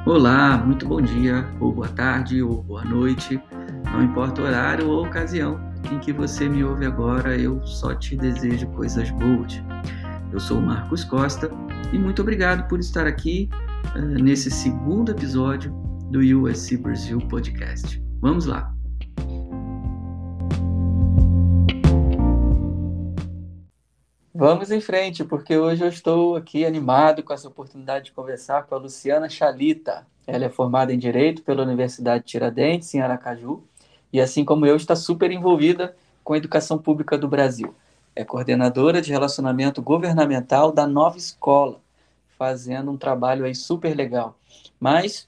Olá, muito bom dia, ou boa tarde, ou boa noite, não importa o horário ou ocasião em que você me ouve agora, eu só te desejo coisas boas. Eu sou o Marcos Costa e muito obrigado por estar aqui nesse segundo episódio do USC Brasil Podcast. Vamos lá! Vamos em frente, porque hoje eu estou aqui animado com essa oportunidade de conversar com a Luciana Chalita. Ela é formada em Direito pela Universidade Tiradentes, em Aracaju, e assim como eu, está super envolvida com a educação pública do Brasil. É coordenadora de relacionamento governamental da Nova Escola, fazendo um trabalho aí super legal. Mas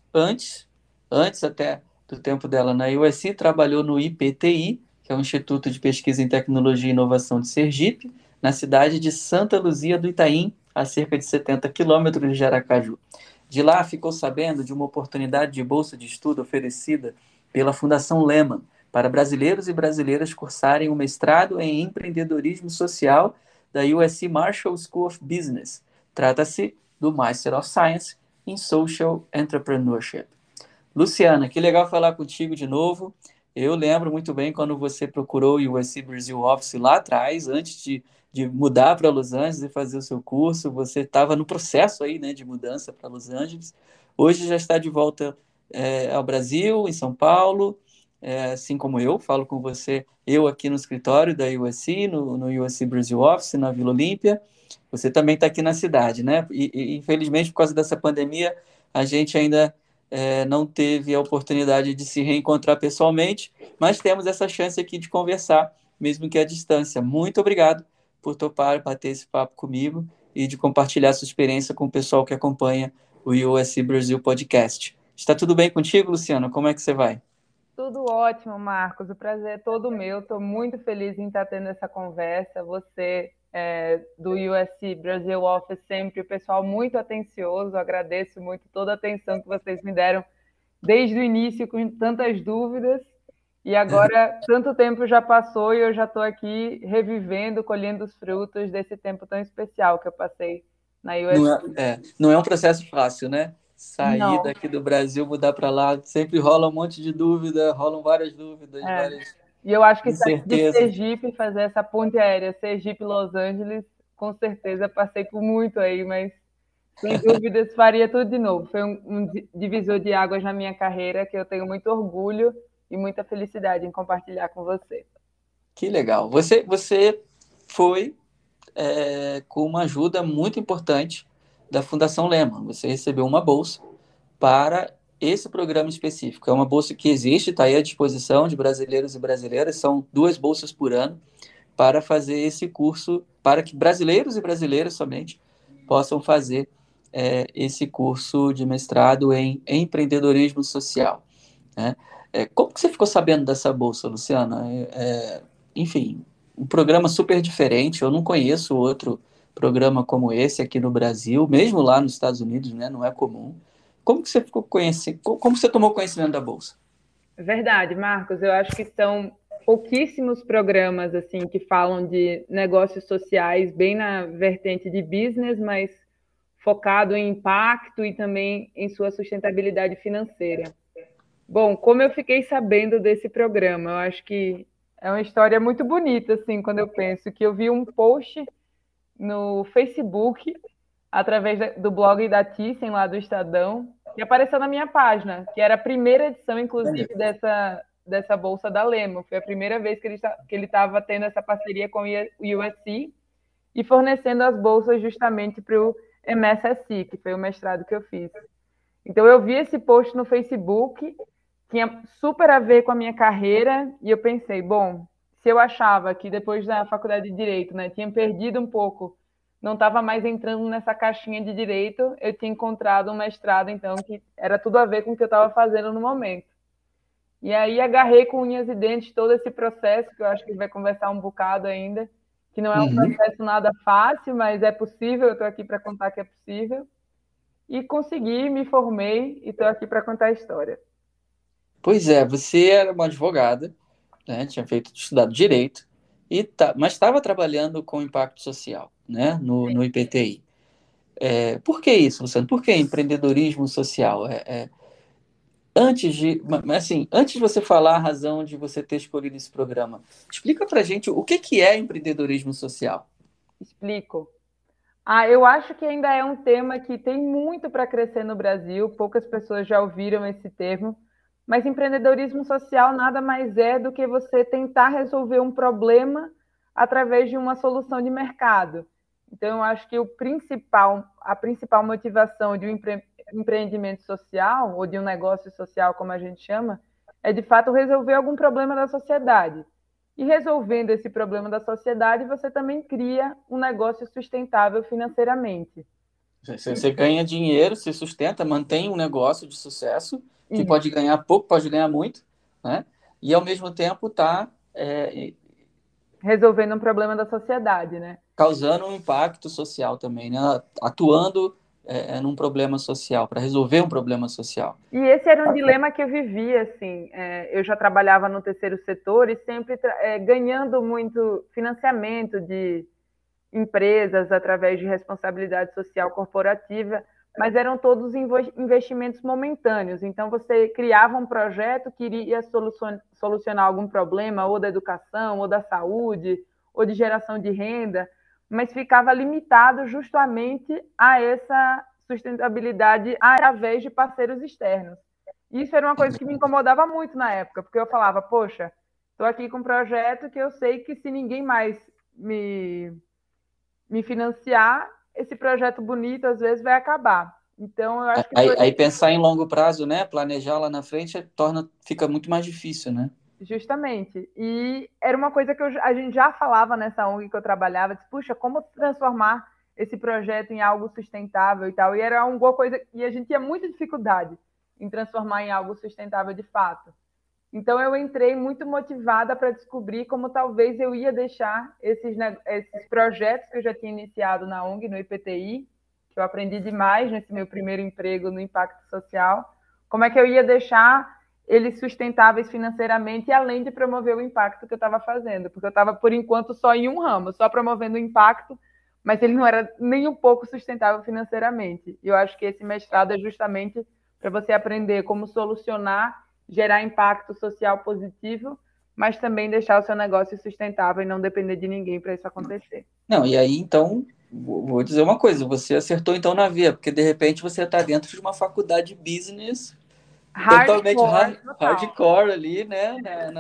antes até do tempo dela na USC, trabalhou no IPTI, que é o Instituto de Pesquisa em Tecnologia e Inovação de Sergipe, na cidade de Santa Luzia do Itaim, a cerca de 70 quilômetros de Aracaju. De lá, ficou sabendo de uma oportunidade de bolsa de estudo oferecida pela Fundação Lehman para brasileiros e brasileiras cursarem um mestrado em empreendedorismo social da USC Marshall School of Business. Trata-se do Master of Science in Social Entrepreneurship. Luciana, que legal falar contigo de novo. Eu lembro muito bem quando você procurou o USC Brasil Office lá atrás, antes de mudar para Los Angeles e fazer o seu curso. Você estava no processo aí, né, de mudança para Los Angeles. Hoje já está de volta ao Brasil, em São Paulo, assim como eu, falo com você, eu aqui no escritório da USC, no USC Brasil Office, na Vila Olímpia. Você também está aqui na cidade, né? E infelizmente, por causa dessa pandemia, a gente ainda não teve a oportunidade de se reencontrar pessoalmente, mas temos essa chance aqui de conversar, mesmo que à distância. Muito obrigado por topar bater esse papo comigo e de compartilhar sua experiência com o pessoal que acompanha o USC Brasil Podcast. Está tudo bem contigo, Luciano? Como é que você vai? Tudo ótimo, Marcos. O prazer é todo meu. Estou muito feliz em estar tendo essa conversa. Você do USC Brasil Office sempre, o pessoal muito atencioso. Agradeço muito toda a atenção que vocês me deram desde o início com tantas dúvidas. E agora, tanto tempo já passou e eu já estou aqui revivendo, colhendo os frutos desse tempo tão especial que eu passei na Não USC. não é um processo fácil, né? Sair Não, daqui do Brasil, mudar para lá, sempre rola um monte de dúvida, rolam várias dúvidas, é. várias E eu acho que sair de incertezas. Sergipe, fazer essa ponte aérea Sergipe-Los Angeles, com certeza passei por muito aí, mas sem dúvidas faria tudo de novo. Foi um divisor de águas na minha carreira que eu tenho muito orgulho e muita felicidade em compartilhar com você. Que legal. Você foi com uma ajuda muito importante da Fundação Lehman. Você recebeu uma bolsa para esse programa específico. É uma bolsa que existe, está aí à disposição de brasileiros e brasileiras. São 2 bolsas por ano para fazer esse curso, para que brasileiros e brasileiras somente possam fazer esse curso de mestrado em empreendedorismo social, né? Como que você ficou sabendo dessa bolsa, Luciana? Enfim, um programa super diferente. Eu não conheço outro programa como esse aqui no Brasil, mesmo lá nos Estados Unidos, né? Não é comum. Como que você ficou conhecendo? Como você tomou conhecimento da bolsa? Verdade, Marcos. Eu acho que são pouquíssimos programas assim que falam de negócios sociais bem na vertente de business, mas focado em impacto e também em sua sustentabilidade financeira. Bom, como eu fiquei sabendo desse programa, eu acho que é uma história muito bonita, assim, quando eu penso que eu vi um post no Facebook, através do blog da Thyssen, lá do Estadão, que apareceu na minha página, que era a primeira edição, inclusive, dessa bolsa da Lemo. Foi a primeira vez que ele estava tendo essa parceria com o USC e fornecendo as bolsas justamente para o MSSI, que foi o mestrado que eu fiz. Então, eu vi esse post no Facebook, tinha super a ver com a minha carreira, e eu pensei, bom, se eu achava que depois da faculdade de Direito, né, tinha perdido um pouco, não estava mais entrando nessa caixinha de Direito, eu tinha encontrado um mestrado, então, que era tudo a ver com o que eu estava fazendo no momento. E aí agarrei com unhas e dentes todo esse processo, que eu acho que a gente vai conversar um bocado ainda, que não é um Uhum. processo nada fácil, mas é possível, eu estou aqui para contar que é possível. E consegui, me formei e estou aqui para contar a história. Pois é, você era uma advogada, né? Tinha estudado direito, mas estava trabalhando com impacto social, né? No IPTI. Por que isso, Luciano? Por que empreendedorismo social? Antes de você falar a razão de você ter escolhido esse programa, explica para gente o que é empreendedorismo social. Explico. Eu acho que ainda é um tema que tem muito para crescer no Brasil, poucas pessoas já ouviram esse termo, mas empreendedorismo social nada mais é do que você tentar resolver um problema através de uma solução de mercado. Então, eu acho que a principal motivação de um empreendimento social, ou de um negócio social, como a gente chama, é de fato resolver algum problema da sociedade. E resolvendo esse problema da sociedade, você também cria um negócio sustentável financeiramente. Você ganha dinheiro, se sustenta, mantém um negócio de sucesso, que pode Isso. ganhar pouco, pode ganhar muito, né? E ao mesmo tempo está Resolvendo um problema da sociedade, né? causando um impacto social também, né? Atuando num problema social, para resolver um problema social. E esse era um dilema que eu vivia, assim. Eu já trabalhava no terceiro setor e sempre ganhando muito financiamento de empresas através de responsabilidade social corporativa, mas eram todos investimentos momentâneos. Então, você criava um projeto que iria solucionar algum problema, ou da educação, ou da saúde, ou de geração de renda, mas ficava limitado justamente a essa sustentabilidade através de parceiros externos. Isso era uma coisa que me incomodava muito na época, porque eu falava, poxa, estou aqui com um projeto que eu sei que se ninguém mais me financiar, esse projeto bonito às vezes vai acabar. Então, eu acho que foi Aí pensar em longo prazo, né? Planejar lá na frente fica muito mais difícil, né? justamente. E era uma coisa que a gente já falava nessa ONG que eu trabalhava, disse, puxa, como transformar esse projeto em algo sustentável e tal. E era alguma coisa e a gente tinha muita dificuldade em transformar em algo sustentável de fato. Então, eu entrei muito motivada para descobrir como talvez eu ia deixar esses projetos que eu já tinha iniciado na ONG, no IPTI, que eu aprendi demais nesse meu primeiro emprego no impacto social, como é que eu ia deixar eles sustentáveis financeiramente, além de promover o impacto que eu estava fazendo, porque eu estava, por enquanto, só em um ramo, só promovendo o impacto, mas ele não era nem um pouco sustentável financeiramente. E eu acho que esse mestrado é justamente para você aprender como solucionar, gerar impacto social positivo, mas também deixar o seu negócio sustentável e não depender de ninguém para isso acontecer. Não, e aí então, vou dizer uma coisa, você acertou então na via, porque de repente você está dentro de uma faculdade de business totalmente Hardcore, total. hardcore ali, né?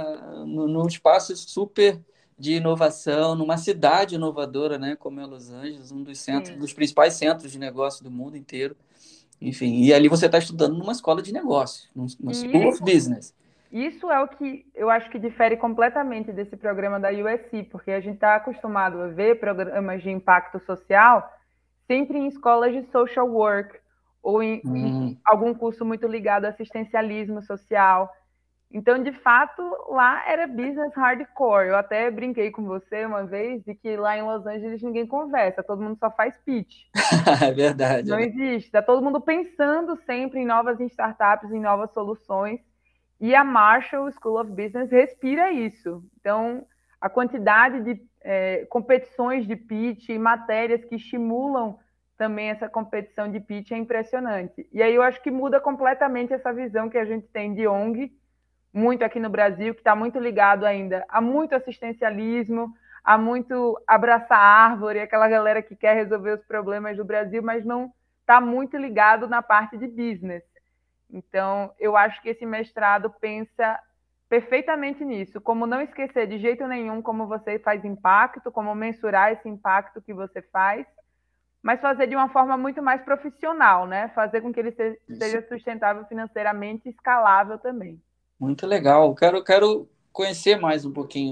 Num espaço super de inovação, numa cidade inovadora, né? Como é Los Angeles, um dos centros, Sim. dos principais centros de negócio do mundo inteiro. Enfim, e ali você está estudando numa escola de negócio, numa E School of Business. isso é o que eu acho que difere completamente desse programa da USC, porque a gente está acostumado a ver programas de impacto social sempre em escolas de social work ou em algum curso muito ligado a assistencialismo social. Então, de fato, lá era business hardcore. Eu até brinquei com você uma vez de que lá em Los Angeles ninguém conversa, todo mundo só faz pitch. É verdade, Não né? existe. Está todo mundo pensando sempre em novas startups, em novas soluções. E a Marshall School of Business respira isso. Então, a quantidade de competições de pitch e matérias que estimulam também essa competição de pitch é impressionante. E aí eu acho que muda completamente essa visão que a gente tem de ONG, muito aqui no Brasil, que está muito ligado ainda a muito assistencialismo, a muito abraçar árvore, aquela galera que quer resolver os problemas do Brasil, mas não está muito ligado na parte de business. Então, eu acho que esse mestrado pensa perfeitamente nisso, como não esquecer de jeito nenhum como você faz impacto, como mensurar esse impacto que você faz, mas fazer de uma forma muito mais profissional, né? Fazer com que ele Isso. seja sustentável financeiramente e escalável também. Muito legal. Quero conhecer mais um pouquinho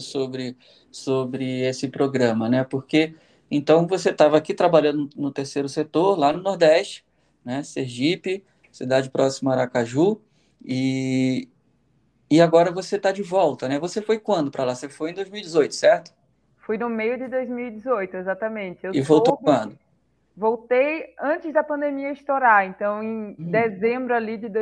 sobre esse programa, né? Porque então você estava aqui trabalhando no terceiro setor, lá no Nordeste, né? Sergipe, cidade próxima a Aracaju, e, e agora você está de volta, né? Você foi quando para lá? Você foi em 2018, certo? Fui no meio de 2018, exatamente. Eu E voltou soube, quando? voltei antes da pandemia estourar, então em dezembro ali de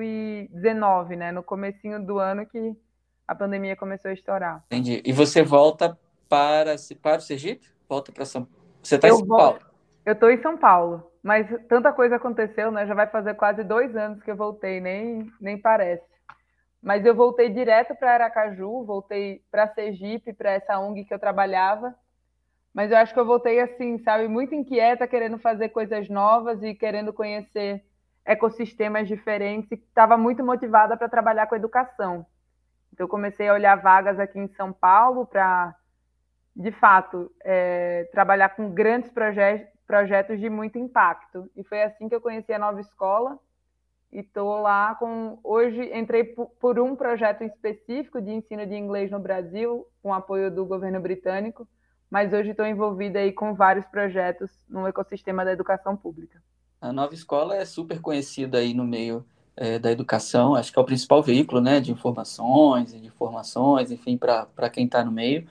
2019, né? No comecinho do ano que a pandemia começou a estourar. Entendi. E você volta para o Sergipe? Volta para São Paulo? Você está em Eu São vou, Paulo? eu estou em São Paulo. mas tanta coisa aconteceu, né? Já vai fazer quase 2 anos que eu voltei, nem parece. Mas eu voltei direto para Aracaju, voltei para Sergipe, para essa ONG que eu trabalhava. Mas eu acho que eu voltei assim, sabe, muito inquieta, querendo fazer coisas novas e querendo conhecer ecossistemas diferentes e estava muito motivada para trabalhar com educação. Então eu comecei a olhar vagas aqui em São Paulo para, de fato, trabalhar com grandes projetos de muito impacto. E foi assim que eu conheci a Nova Escola e estou lá com... Hoje entrei por um projeto específico de ensino de inglês no Brasil, com apoio do governo britânico, mas hoje estou envolvida aí com vários projetos no ecossistema da educação pública. A Nova Escola é super conhecida aí no meio da educação, acho que é o principal veículo, né, de informações e de formações, enfim, para quem está no meio.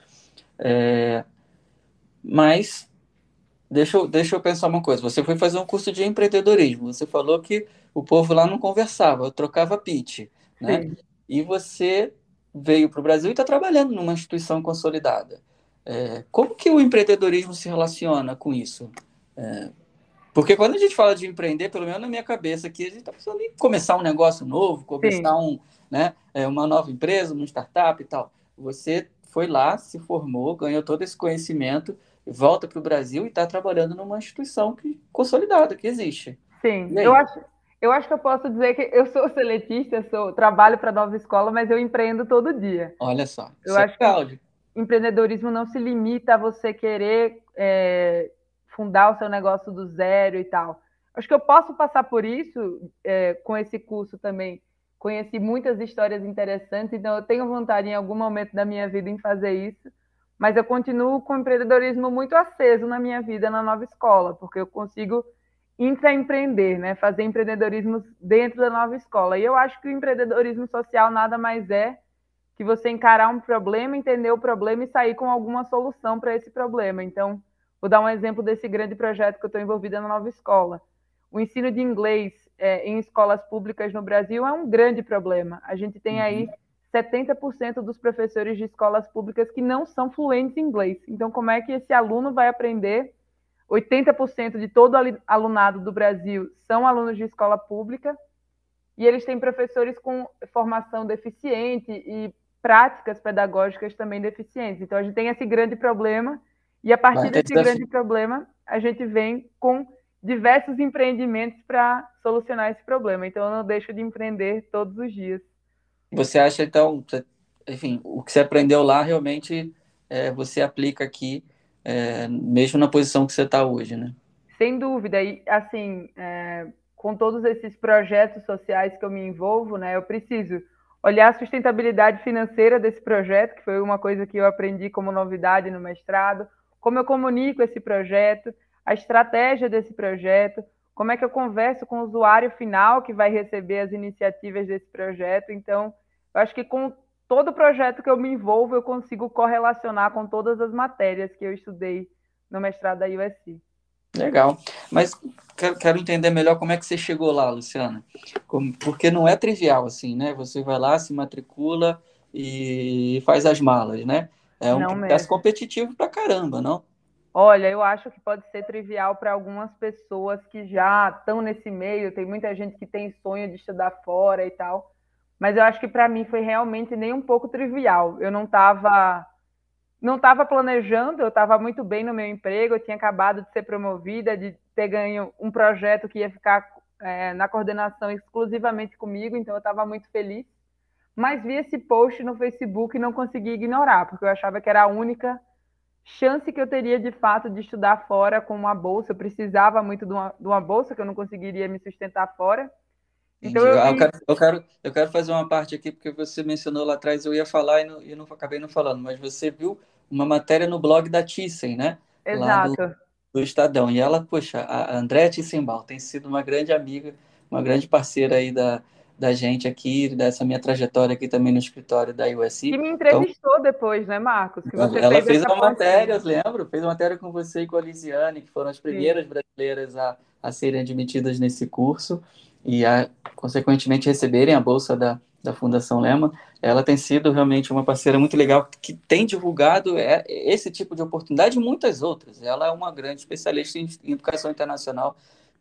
Mas deixa eu pensar uma coisa. Você foi fazer um curso de empreendedorismo. Você falou que o povo lá não conversava, eu trocava pitch, né? Sim, E você veio para o Brasil e está trabalhando numa instituição consolidada. Como que o empreendedorismo se relaciona com isso? Porque quando a gente fala de empreender, pelo menos na minha cabeça aqui, a gente está pensando em começar um negócio novo, sim. começar uma nova empresa, uma startup e tal. Você foi lá, se formou, ganhou todo esse conhecimento, volta para o Brasil e está trabalhando numa instituição consolidada, que existe. Sim, E aí? eu acho que eu posso dizer que eu sou seletista, trabalho para a Nova Escola, mas eu empreendo todo dia. Olha só, Eu isso é acho que legal. empreendedorismo não se limita a você querer fundar o seu negócio do zero e tal. Acho que eu posso passar por isso com esse curso também. Conheci muitas histórias interessantes, então eu tenho vontade em algum momento da minha vida em fazer isso, mas eu continuo com o empreendedorismo muito aceso na minha vida na Nova Escola, porque eu consigo intraempreender, né? Fazer empreendedorismo dentro da Nova Escola. E eu acho que o empreendedorismo social nada mais é que você encarar um problema, entender o problema e sair com alguma solução para esse problema. Então, vou dar um exemplo desse grande projeto que eu estou envolvida na Nova Escola. O ensino de inglês em escolas públicas no Brasil é um grande problema. A gente tem aí Uhum. 70% dos professores de escolas públicas que não são fluentes em inglês. Então, como é que esse aluno vai aprender? 80% de todo alunado do Brasil são alunos de escola pública e eles têm professores com formação deficiente e práticas pedagógicas também deficientes. Então, a gente tem esse grande problema e, a partir Baita desse desafio. grande problema, a gente vem com diversos empreendimentos para solucionar esse problema. Então, eu não deixo de empreender todos os dias. Você acha, então, enfim, o que você aprendeu lá realmente você aplica aqui, mesmo na posição que você está hoje, né? Sem dúvida. E, assim, com todos esses projetos sociais que eu me envolvo, né, eu preciso olhar a sustentabilidade financeira desse projeto, que foi uma coisa que eu aprendi como novidade no mestrado, como eu comunico esse projeto, a estratégia desse projeto, como é que eu converso com o usuário final que vai receber as iniciativas desse projeto. Então, eu acho que com todo projeto que eu me envolvo, eu consigo correlacionar com todas as matérias que eu estudei no mestrado da USC. Legal. Mas quero entender melhor como é que você chegou lá, Luciana. Porque não é trivial assim, né? Você vai lá, se matricula e faz as malas, né? É um Não processo mesmo. competitivo pra caramba, não? Olha, eu acho que pode ser trivial para algumas pessoas que já estão nesse meio. Tem muita gente que tem sonho de estudar fora e tal. Mas eu acho que para mim foi realmente nem um pouco trivial. Eu não estava planejando, eu estava muito bem no meu emprego, eu tinha acabado de ser promovida, de ter ganho um projeto que ia ficar na coordenação exclusivamente comigo, então eu estava muito feliz. Mas vi esse post no Facebook e não consegui ignorar, porque eu achava que era a única chance que eu teria de fato de estudar fora com uma bolsa. Eu precisava muito de uma bolsa, que eu não conseguiria me sustentar fora. Então Entendi. eu vi, Eu quero fazer uma parte aqui, porque você mencionou lá atrás, eu ia falar e não acabei não falando, mas você viu uma matéria no blog da Thyssen, né? Lá exato. do Estadão. E ela, poxa, a Andréa Tissenbaum tem sido uma grande amiga, uma grande parceira aí da gente aqui, dessa minha trajetória aqui também no escritório da Que USC. me Então, entrevistou depois, né, Marcos? Que você ela fez fez essa uma matéria, pontinha. eu lembro, fez uma matéria com você e com a Lisiane, que foram as Sim. primeiras brasileiras a serem admitidas nesse curso e consequentemente, receberem a bolsa da Fundação Lehman. Ela tem sido realmente uma parceira muito legal que tem divulgado esse tipo de oportunidade e muitas outras. Ela é uma grande especialista em educação internacional,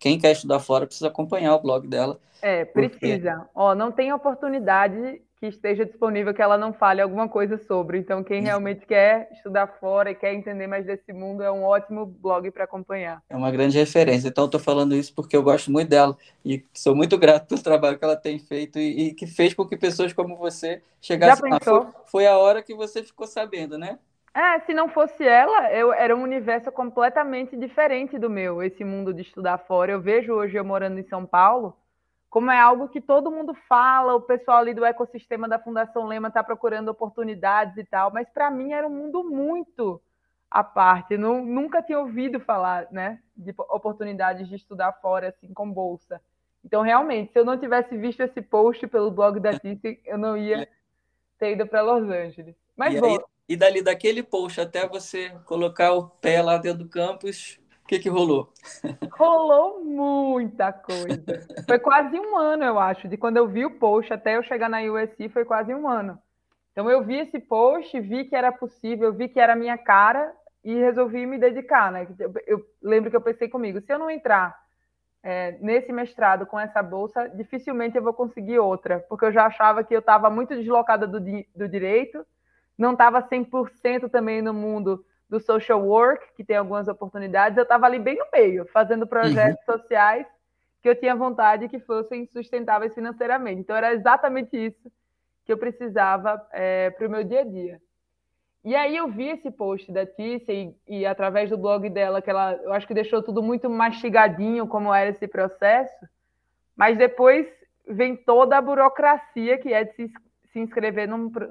quem quer estudar fora precisa acompanhar o blog dela, porque Precisa. Ó, não tem oportunidade que esteja disponível que ela não fale alguma coisa sobre. Então, quem realmente quer estudar fora e quer entender mais desse mundo, é um ótimo blog para acompanhar. é uma grande referência. Então, estou falando isso porque eu gosto muito dela e sou muito grato pelo trabalho que ela tem feito e que fez com que pessoas como você Já chegassem lá. pensou? Foi a hora que você ficou sabendo, né? Se não fosse ela, eu era um universo completamente diferente do meu, esse mundo de estudar fora. Eu vejo hoje, eu morando em São Paulo, como é algo que todo mundo fala, o pessoal ali do ecossistema da Fundação Lema está procurando oportunidades e tal, mas para mim era um mundo muito à parte. Nunca tinha ouvido falar, né, de oportunidades de estudar fora, assim, com bolsa. Então, realmente, se eu não tivesse visto esse post pelo blog da Tice, eu não ia ter ido para Los Angeles. Mas, E bom, aí, e dali daquele post até você colocar o pé lá dentro do campus, o que que rolou? rolou muita coisa. Foi quase um ano, eu acho, de quando eu vi o post até eu chegar na USC, foi quase um ano. Então eu vi esse post, vi que era possível, vi que era a minha cara e resolvi me dedicar, né? Eu lembro que eu pensei comigo, se eu não entrar nesse mestrado com essa bolsa, dificilmente eu vou conseguir outra, porque eu já achava que eu estava muito deslocada do direito, não estava 100% também no mundo do social work, que tem algumas oportunidades, eu estava ali bem no meio, fazendo Uhum. projetos sociais que eu tinha vontade que fossem sustentáveis financeiramente. Então era exatamente isso que eu precisava para o meu dia a dia. E aí eu vi esse post da Tícia e através do blog dela, que ela, eu acho que deixou tudo muito mastigadinho como era esse processo, mas depois vem toda a burocracia que é de se inscrever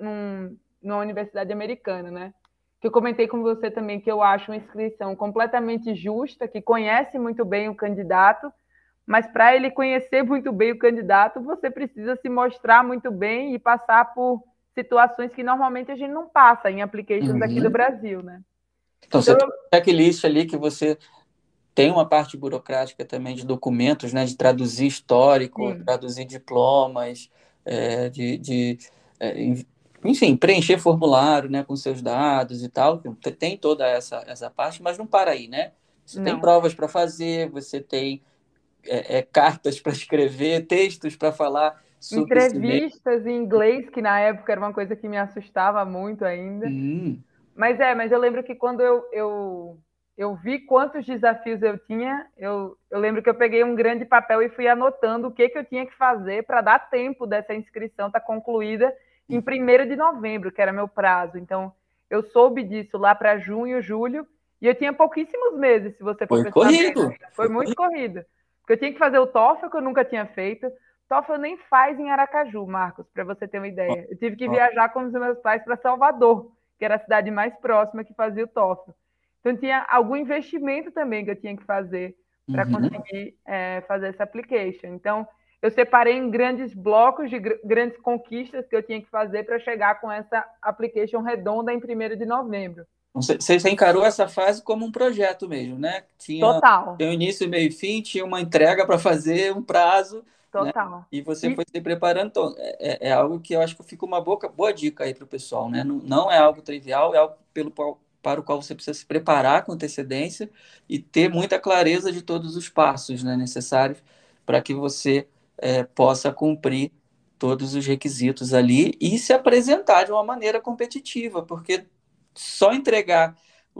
numa universidade americana, né? Que eu comentei com você também que eu acho uma inscrição completamente justa, que conhece muito bem o candidato, mas para ele conhecer muito bem o candidato, você precisa se mostrar muito bem e passar por situações que normalmente a gente não passa em applications aqui do Uhum. Brasil, né? Então, Então, você tem um checklist ali que você tem uma parte burocrática também de documentos, né, de traduzir histórico, sim, traduzir diplomas, de enfim, preencher formulário, né, com seus dados e tal. Tem toda essa parte, mas não para aí, né? Você tem não. provas para fazer, você tem cartas para escrever, textos para falar sobre esse meio. Entrevistas em inglês, que na época era uma coisa que me assustava muito ainda. Hum, Mas eu lembro que quando eu vi quantos desafios eu tinha, eu lembro que eu peguei um grande papel e fui anotando o que, que eu tinha que fazer para dar tempo dessa inscrição estar concluída em 1º de novembro, que era meu prazo. Então, eu soube disso lá para junho, julho, e eu tinha pouquíssimos meses, se você for foi pensar bem. corrido, Foi foi muito corrido. corrido. Porque eu tinha que fazer o TOEFL, que eu nunca tinha feito. TOEFL nem faz em Aracaju, Marcos, para você ter uma Ó, ideia. Eu tive que ó. viajar com os meus pais para Salvador, que era a cidade mais próxima que fazia o TOEFL. Então, tinha algum investimento também que eu tinha que fazer para Uhum. conseguir fazer essa application. Então, eu separei em grandes blocos de grandes conquistas que eu tinha que fazer para chegar com essa application redonda em 1º de novembro. Você encarou essa fase como um projeto mesmo, né? Total, Tinha um início, meio e fim, tinha uma entrega para fazer, um prazo, né? total. E você E foi se preparando. Então, é algo que eu acho que fica uma boa dica aí para o pessoal, né? Não, não é algo trivial, é algo para o qual você precisa se preparar com antecedência e ter muita clareza de todos os passos, né, necessários para que você possa cumprir todos os requisitos ali e se apresentar de uma maneira competitiva, porque só entregar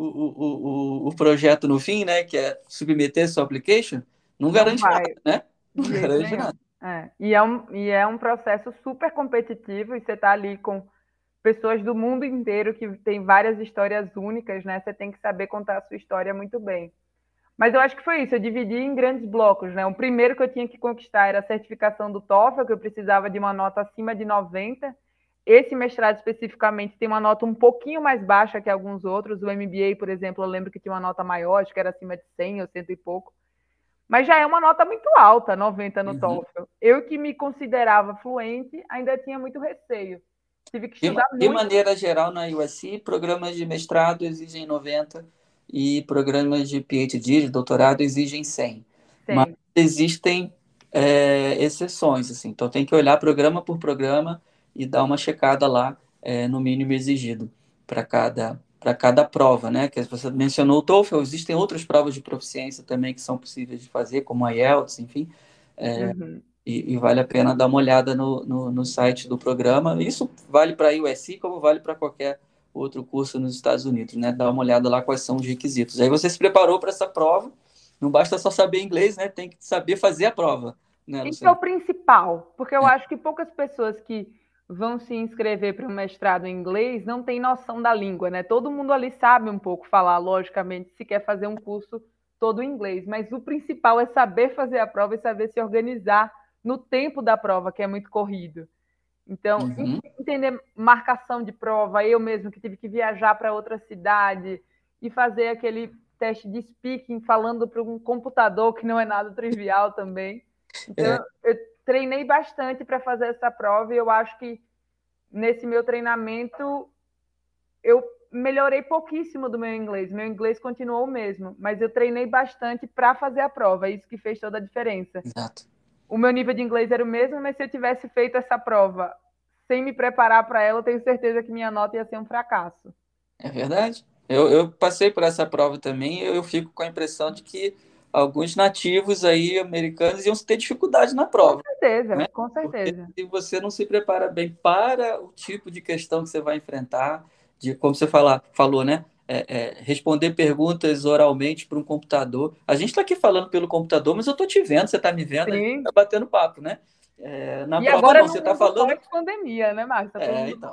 o projeto no fim, né, que é submeter sua application, não não garante vai nada, né? Não de jeito garante nenhum. nada. E é um processo super competitivo e você está ali com pessoas do mundo inteiro que têm várias histórias únicas, né? Você tem que saber contar a sua história muito bem. Mas eu acho que foi isso, eu dividi em grandes blocos, né? O primeiro que eu tinha que conquistar era a certificação do TOEFL, que eu precisava de uma nota acima de 90. Esse mestrado especificamente tem uma nota um pouquinho mais baixa que alguns outros. O MBA, por exemplo, eu lembro que tinha uma nota maior, acho que era acima de 100 ou 100 e pouco. Mas já é uma nota muito alta, 90 no Uhum. TOEFL. Eu que me considerava fluente, ainda tinha muito receio. Tive que estudar De muito. maneira geral, na USC, programas de mestrado exigem 90 e programas de PhD, de doutorado, exigem 100. Mas Sim. existem exceções, assim. Então, tem que olhar programa por programa e dar uma checada lá no mínimo exigido para cada. para cada prova, né? Que você mencionou o TOEFL, existem outras provas de proficiência também que são possíveis de fazer, como a IELTS, enfim. Uhum. E vale a pena dar uma olhada no site do programa. Isso vale para a USC como vale para qualquer outro curso nos Estados Unidos, né? Dá uma olhada lá quais são os requisitos. Aí você se preparou para essa prova, não basta só saber inglês, né? Tem que saber fazer a prova, né, Isso é o Luciano? principal, porque eu É. acho que poucas pessoas que vão se inscrever para um mestrado em inglês não têm noção da língua, né? Todo mundo ali sabe um pouco falar, logicamente, se quer fazer um curso todo em inglês, mas o principal é saber fazer a prova e saber se organizar no tempo da prova, que é muito corrido. Então, Uhum. entender marcação de prova, eu mesmo que tive que viajar para outra cidade e fazer aquele teste de speaking falando para um computador, que não é nada trivial também. Então, É, eu treinei bastante para fazer essa prova e eu acho que nesse meu treinamento eu melhorei pouquíssimo do meu inglês. Meu inglês continuou o mesmo, mas eu treinei bastante para fazer a prova. É isso que fez toda a diferença. exato. O meu nível de inglês era o mesmo, mas se eu tivesse feito essa prova sem me preparar para ela, eu tenho certeza que minha nota ia ser um fracasso. É verdade. Eu passei por essa prova também e eu fico com a impressão de que alguns nativos aí americanos iam ter dificuldade na Com prova, certeza, né? com Porque certeza. se você não se prepara bem para o tipo de questão que você vai enfrentar, de como você falou, né? Responder perguntas oralmente para um computador. A gente está aqui falando pelo computador, mas eu estou te vendo, você está me vendo, a gente está Sim. batendo papo, né? Na E prova agora não, no você está mundo falando. pós-pandemia, né, Márcio? Está todo mundo Então.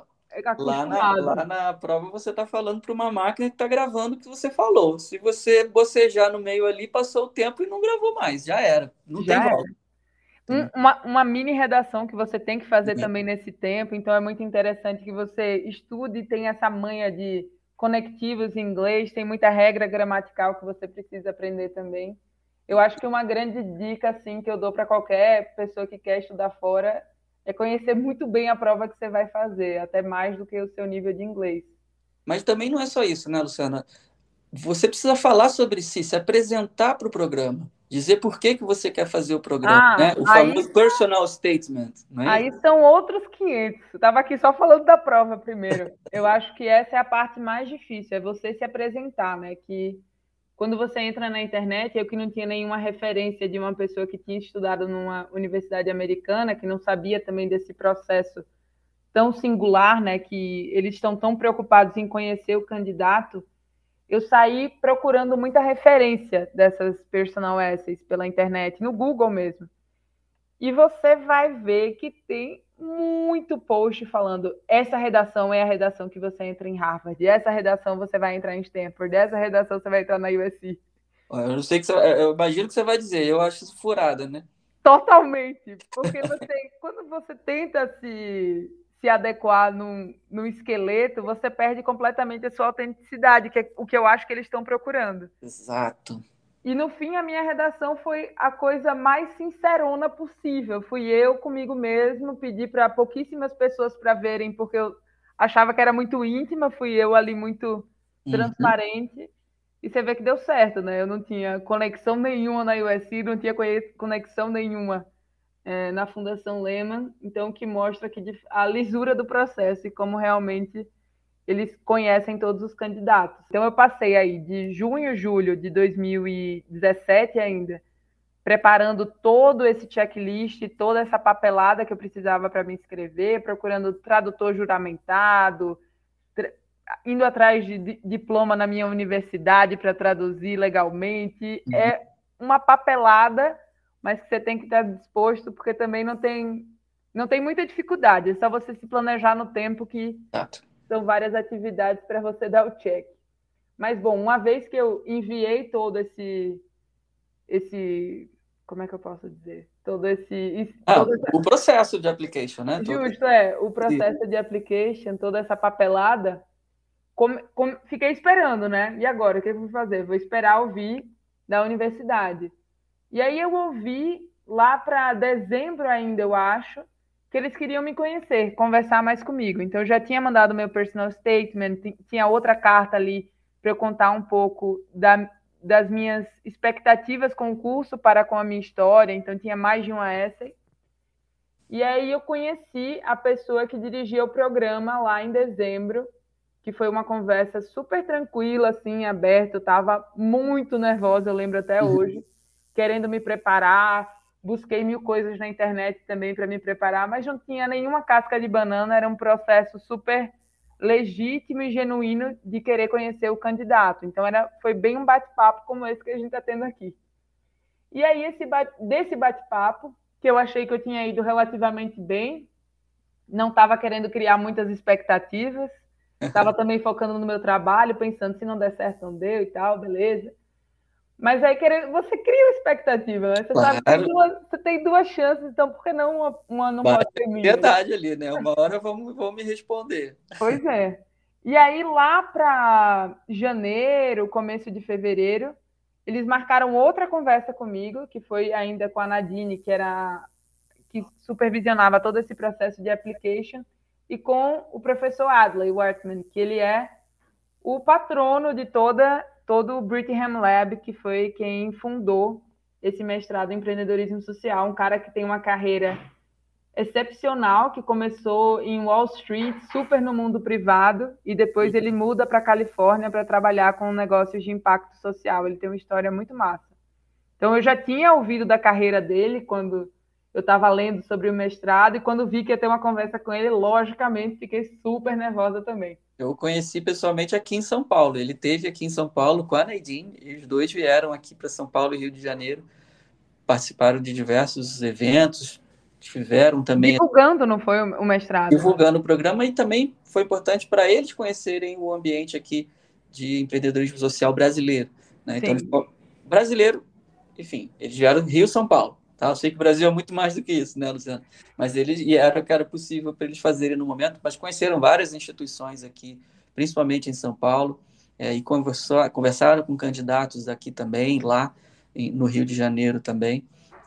Lá acostumado. na prova você está falando para uma máquina que está gravando o que você falou. Se você bocejar no meio ali, passou o tempo e não gravou mais, já era. Não tem Já é. volta. Tem- Uma mini redação que você tem que fazer também nesse tempo, então é muito interessante que você estude e tenha essa manha de conectivos em inglês, tem muita regra gramatical que você precisa aprender também. Eu acho que uma grande dica assim que eu dou para qualquer pessoa que quer estudar fora é conhecer muito bem a prova que você vai fazer, até mais do que o seu nível de inglês. Mas também não é só isso, né, Luciana? Você precisa falar sobre si, se apresentar para o programa, dizer por que você quer fazer o programa, Ah, né? O famoso personal statement, não é isso? aí são outros 500. Estava aqui só falando da prova primeiro. Eu acho que essa é a parte mais difícil, é você se apresentar, né? Que quando você entra na internet, eu que não tinha nenhuma referência de uma pessoa que tinha estudado numa universidade americana, que não sabia também desse processo tão singular, né? Que eles estão tão preocupados em conhecer o candidato. Eu saí procurando muita referência dessas personal essays pela internet, no Google mesmo. E você vai ver que tem muito post falando essa redação é a redação que você entra em Harvard, essa redação você vai entrar em Stanford, essa redação você vai entrar na USC. Eu não sei que eu imagino que você vai dizer, eu acho isso furada, né? Totalmente, porque quando você tenta se adequar num esqueleto, você perde completamente a sua autenticidade, que é o que eu acho que eles estão procurando. Exato. E no fim, a minha redação foi a coisa mais sincerona possível. Fui eu comigo mesmo, pedi para pouquíssimas pessoas para verem, porque eu achava que era muito íntima, fui eu ali muito Uhum. transparente. E você vê que deu certo, né? Eu não tinha conexão nenhuma na USC, não tinha conexão nenhuma na Fundação Lehman, então que mostra que a lisura do processo e como realmente eles conhecem todos os candidatos. Então eu passei aí de junho, julho de 2017 ainda, preparando todo esse checklist, toda essa papelada que eu precisava para me inscrever, procurando tradutor juramentado, indo atrás de diploma na minha universidade para traduzir legalmente. Uhum. É uma papelada, mas que você tem que estar disposto, porque também não tem muita dificuldade, é só você se planejar no tempo que Exato. são várias atividades para você dar o check. Mas, bom, uma vez que eu enviei todo esse como é que eu posso dizer? Ah, Todo esse, o processo de application, né? Todo justo, o processo de application, toda essa papelada, fiquei esperando, né? E agora, o que eu vou fazer? Vou esperar ouvir da universidade. E aí eu ouvi lá para dezembro ainda, eu acho, que eles queriam me conhecer, conversar mais comigo. Então eu já tinha mandado meu personal statement, tinha outra carta ali para eu contar um pouco das minhas expectativas com o curso para com a minha história, então tinha mais de uma essay. E aí eu conheci a pessoa que dirigia o programa lá em dezembro, que foi uma conversa super tranquila, assim, aberta. Eu estava muito nervosa, eu lembro até hoje, querendo me preparar. Busquei mil coisas na internet também para me preparar, mas não tinha nenhuma casca de banana. Era um processo super legítimo e genuíno de querer conhecer o candidato. Então, foi bem um bate-papo como esse que a gente está tendo aqui. E aí, desse bate-papo, que eu achei que eu tinha ido relativamente bem, não estava querendo criar muitas expectativas, estava também focando no meu trabalho, pensando se não der certo, não deu e tal, beleza. Mas aí você cria uma expectativa, né? Você sabe que Claro, você tem duas chances, então por que não uma não bate pode ser minha? ansiedade ali, né? Uma hora vão me responder. Pois é. E aí, lá para janeiro, começo de fevereiro, eles marcaram outra conversa comigo, que foi ainda com a Nadine, que supervisionava todo esse processo de application, e com o professor Adley Wortman, que ele é o patrono de todo o Brigham Lab, que foi quem fundou esse mestrado em empreendedorismo social, um cara que tem uma carreira excepcional, que começou em Wall Street, super no mundo privado, e depois ele muda para a Califórnia para trabalhar com negócios de impacto social. Ele tem uma história muito massa. Então, eu já tinha ouvido da carreira dele quando eu estava lendo sobre o mestrado, e quando vi que ia ter uma conversa com ele, logicamente, fiquei super nervosa também. Eu o conheci pessoalmente aqui em São Paulo. Ele teve aqui em São Paulo com a Nadine, e os dois vieram aqui para São Paulo e Rio de Janeiro, participaram de diversos eventos, tiveram também Divulgando, não foi o mestrado? divulgando o programa e também foi importante para eles conhecerem o ambiente aqui de empreendedorismo social brasileiro, né? Então, Sim. brasileiro, enfim, eles vieram do Rio, São Paulo, tá? Eu sei que o Brasil é muito mais do que isso, né, Luciano? Mas eles e era o que era possível para eles fazerem no momento, mas conheceram várias instituições aqui, principalmente em São Paulo, e conversaram com candidatos aqui também, lá no Rio de Janeiro também.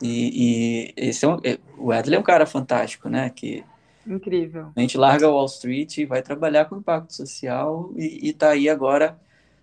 E esse o Edley é um cara fantástico, né? Que Incrível. a gente larga o Wall Street e vai trabalhar com impacto social e está aí agora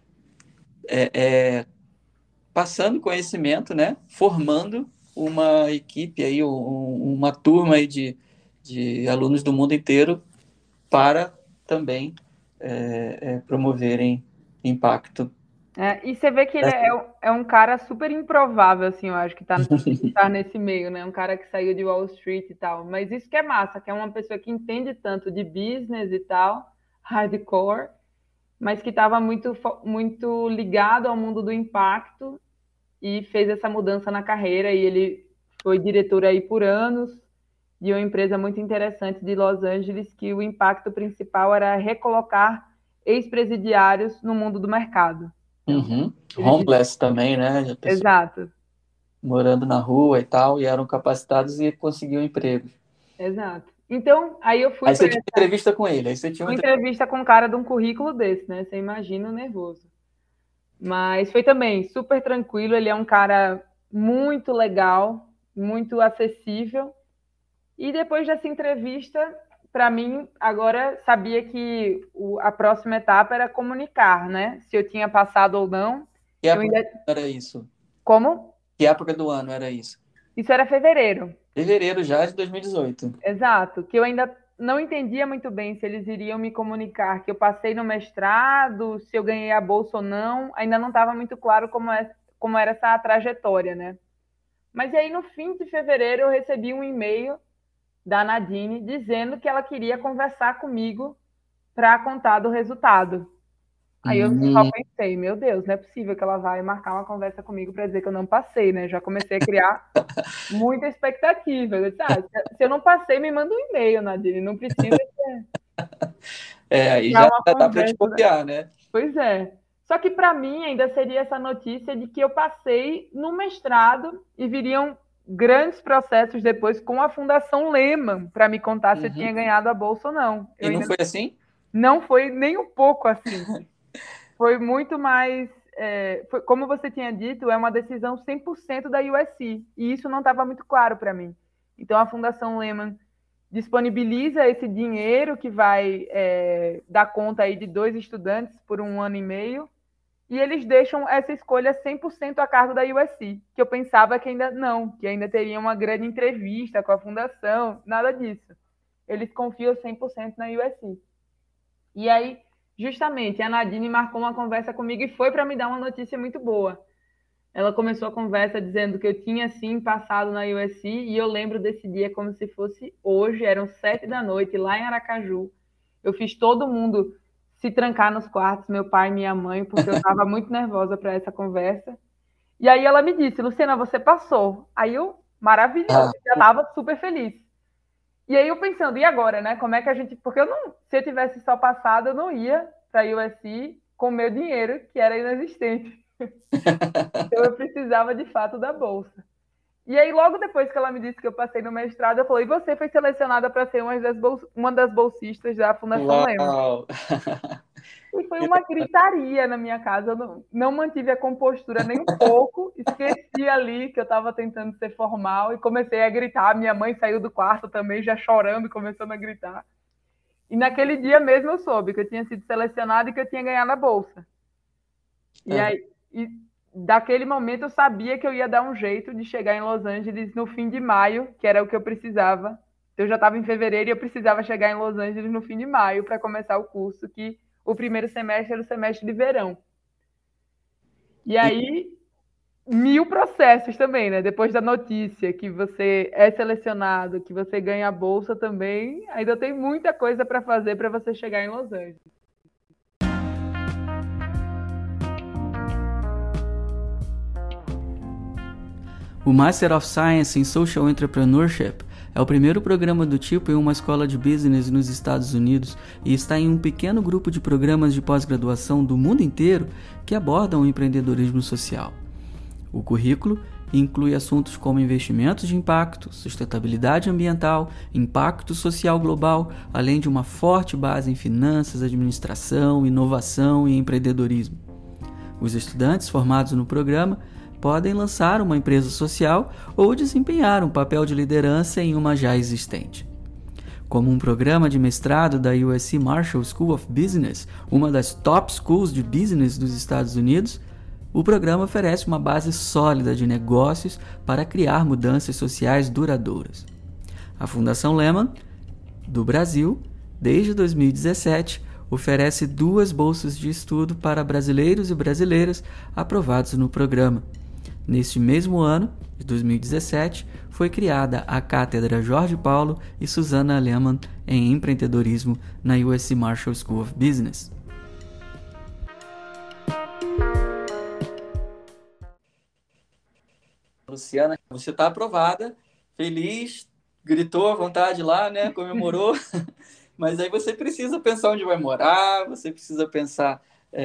passando conhecimento, né? Formando uma equipe aí, uma turma aí de alunos do mundo inteiro para também promoverem impacto. E você vê que ele é um cara super improvável, assim, eu acho, que tá nesse meio, né? Um cara que saiu de Wall Street e tal. Mas isso que é massa, que é uma pessoa que entende tanto de business e tal, hardcore, mas que estava muito ligado ao mundo do impacto e fez essa mudança na carreira. E ele foi diretor aí por anos de uma empresa muito interessante de Los Angeles, que o impacto principal era recolocar ex-presidiários no mundo do mercado. Então, Uhum. ele diz, Homeless também, né? Pessoas exato, morando na rua e tal, e eram capacitados e conseguiam emprego. exato. Então, aí eu fui Aí para você tinha entrevista com ele, aí você tinha uma uma entrevista com um cara de um currículo desse, né? Você imagina o nervoso. Mas foi também super tranquilo. Ele é um cara muito legal, muito acessível. E depois dessa entrevista, para mim, agora sabia que a próxima etapa era comunicar, né? Se eu tinha passado ou não. que Eu época ainda. era isso? Como? Que época do ano era isso? Isso era fevereiro. Fevereiro já de 2018. Exato. Que eu ainda não entendia muito bem se eles iriam me comunicar que eu passei no mestrado, se eu ganhei a bolsa ou não. Ainda não estava muito claro como era essa trajetória, né? Mas aí, no fim de fevereiro, eu recebi um e-mail da Nadine dizendo que ela queria conversar comigo para contar do resultado. Aí eu só Hum, pensei, meu Deus, não é possível que ela vai marcar uma conversa comigo para dizer que eu não passei, né? Já comecei a criar muita expectativa. Eu disse, se eu não passei, me manda um e-mail, Nadine, não precisa aí criar já uma dá para conversa, né? desconfiar, né? Pois é. Só que para mim ainda seria essa notícia de que eu passei no mestrado e viriam grandes processos depois com a Fundação Lehman para me contar se eu tinha Uhum. ganhado a bolsa ou não. Eu E não ainda foi assim? não foi nem um pouco assim. Foi muito mais. Como você tinha dito, é uma decisão 100% da USC. E isso não estava muito claro para mim. Então, a Fundação Lehman disponibiliza esse dinheiro que vai dar conta aí de 2 estudantes por 1 ano e meio. E eles deixam essa escolha 100% a cargo da USC, que eu pensava que ainda não, que ainda teria uma grande entrevista com a fundação, nada disso. Eles confiam 100% na USC. E aí, justamente, a Nadine marcou uma conversa comigo e foi para me dar uma notícia muito boa. Ela começou a conversa dizendo que eu tinha, sim, passado na USC, e eu lembro desse dia como se fosse hoje, eram 7 da noite, lá em Aracaju. Eu fiz todo mundo se trancar nos quartos, meu pai e minha mãe, porque eu estava muito nervosa para essa conversa. E aí ela me disse, Luciana, você passou. Aí eu, maravilhoso, Ah, já estava super feliz. E aí eu pensando, e agora, né? Como é que a gente. Porque eu não, se eu tivesse só passado, eu não ia para a USC com meu dinheiro, que era inexistente. Então eu precisava de fato da bolsa. E aí, logo depois que ela me disse que eu passei no mestrado, eu falei, e você foi selecionada para ser uma das bolsistas da Fundação Lehman. uau! E foi uma gritaria na minha casa. Eu não mantive a compostura nem um pouco. Esqueci ali que eu estava tentando ser formal e comecei a gritar. Minha mãe saiu do quarto também, já chorando, começando a gritar. E naquele dia mesmo eu soube que eu tinha sido selecionada e que eu tinha ganhado a bolsa. E Aham. aí, daquele momento eu sabia que eu ia dar um jeito de chegar em Los Angeles no fim de maio, que era o que eu precisava. Eu já estava em fevereiro e eu precisava chegar em Los Angeles no fim de maio para começar o curso, que o primeiro semestre era o semestre de verão. E E aí, mil processos também, né? Depois da notícia que você é selecionado, que você ganha a bolsa também, ainda tem muita coisa para fazer para você chegar em Los Angeles. o Master of Science in Social Entrepreneurship é o primeiro programa do tipo em uma escola de business nos Estados Unidos e está em um pequeno grupo de programas de pós-graduação do mundo inteiro que abordam o empreendedorismo social. O currículo inclui assuntos como investimentos de impacto, sustentabilidade ambiental, impacto social global, além de uma forte base em finanças, administração, inovação e empreendedorismo. Os estudantes formados no programa podem lançar uma empresa social ou desempenhar um papel de liderança em uma já existente. Como um programa de mestrado da USC Marshall School of Business, uma das top schools de business dos Estados Unidos, o programa oferece uma base sólida de negócios para criar mudanças sociais duradouras. A Fundação Lehman, do Brasil, desde 2017, oferece 2 bolsas de estudo para brasileiros e brasileiras aprovados no programa. Neste mesmo ano, de 2017, foi criada a Cátedra Jorge Paulo e Susana Lehmann em Empreendedorismo na USC Marshall School of Business. Luciana, você está aprovada, feliz, gritou à vontade lá, né? Comemorou, mas aí você precisa pensar onde vai morar, você precisa pensar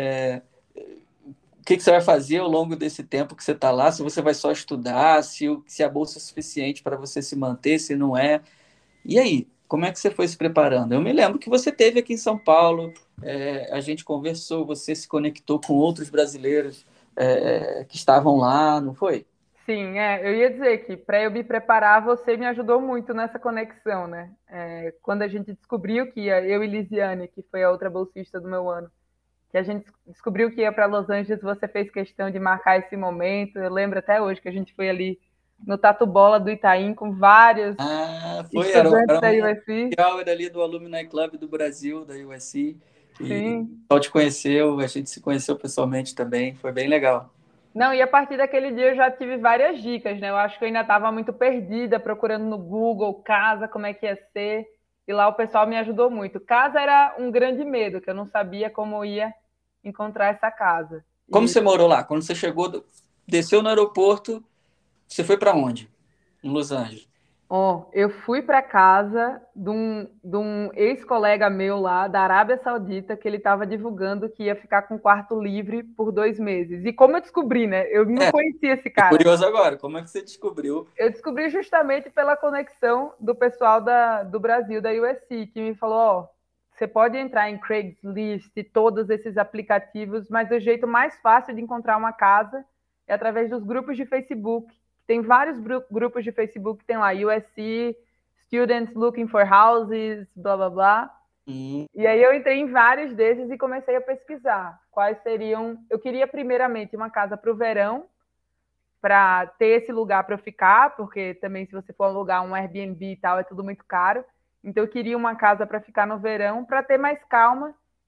o que você vai fazer ao longo desse tempo que você está lá, se você vai só estudar, se a bolsa é suficiente para você se manter, se não é. E aí, como é que você foi se preparando? Eu me lembro que você esteve aqui em São Paulo, a gente conversou, você se conectou com outros brasileiros que estavam lá, não foi? Sim, eu ia dizer que para eu me preparar, você me ajudou muito nessa conexão, né? Quando a gente descobriu que ia, eu e Lisiane, que foi a outra bolsista do meu ano, que a gente descobriu que ia para Los Angeles, você fez questão de marcar esse momento. Eu lembro até hoje que a gente foi ali no Tatu Bola do Itaim com vários Ah, foi, estudantes era da um USC. mundial ali do Alumni Club do Brasil, da USC, e Sim. só te conheceu, a gente se conheceu pessoalmente também, foi bem legal. Não, e a partir daquele dia eu já tive várias dicas, né? Eu acho que eu ainda estava muito perdida, procurando no Google casa, como é que ia ser, e lá o pessoal me ajudou muito. Casa era um grande medo, que eu não sabia como ia encontrar essa casa. Como E você morou lá? Quando você chegou, desceu no aeroporto, você foi para onde? Em Los Angeles. eu fui para casa de um ex-colega meu lá da Arábia Saudita, que ele estava divulgando que ia ficar com quarto livre por 2 meses. E como eu descobri, né? Eu não conhecia esse Tô cara. curioso agora, como é que você descobriu? Eu descobri justamente pela conexão do pessoal do Brasil, da USC, que me falou: ó, você pode entrar em Craigslist e todos esses aplicativos, mas o jeito mais fácil de encontrar uma casa é através dos grupos de Facebook. Tem vários grupos de Facebook, tem lá USC, Students Looking for Houses, blá blá blá. Hum, E aí eu entrei em vários desses e comecei a pesquisar quais seriam. Eu queria primeiramente uma casa para o verão, para ter esse lugar para eu ficar, porque também se você for alugar um Airbnb e tal, é tudo muito caro. Então eu queria uma casa para ficar no verão, para ter mais calma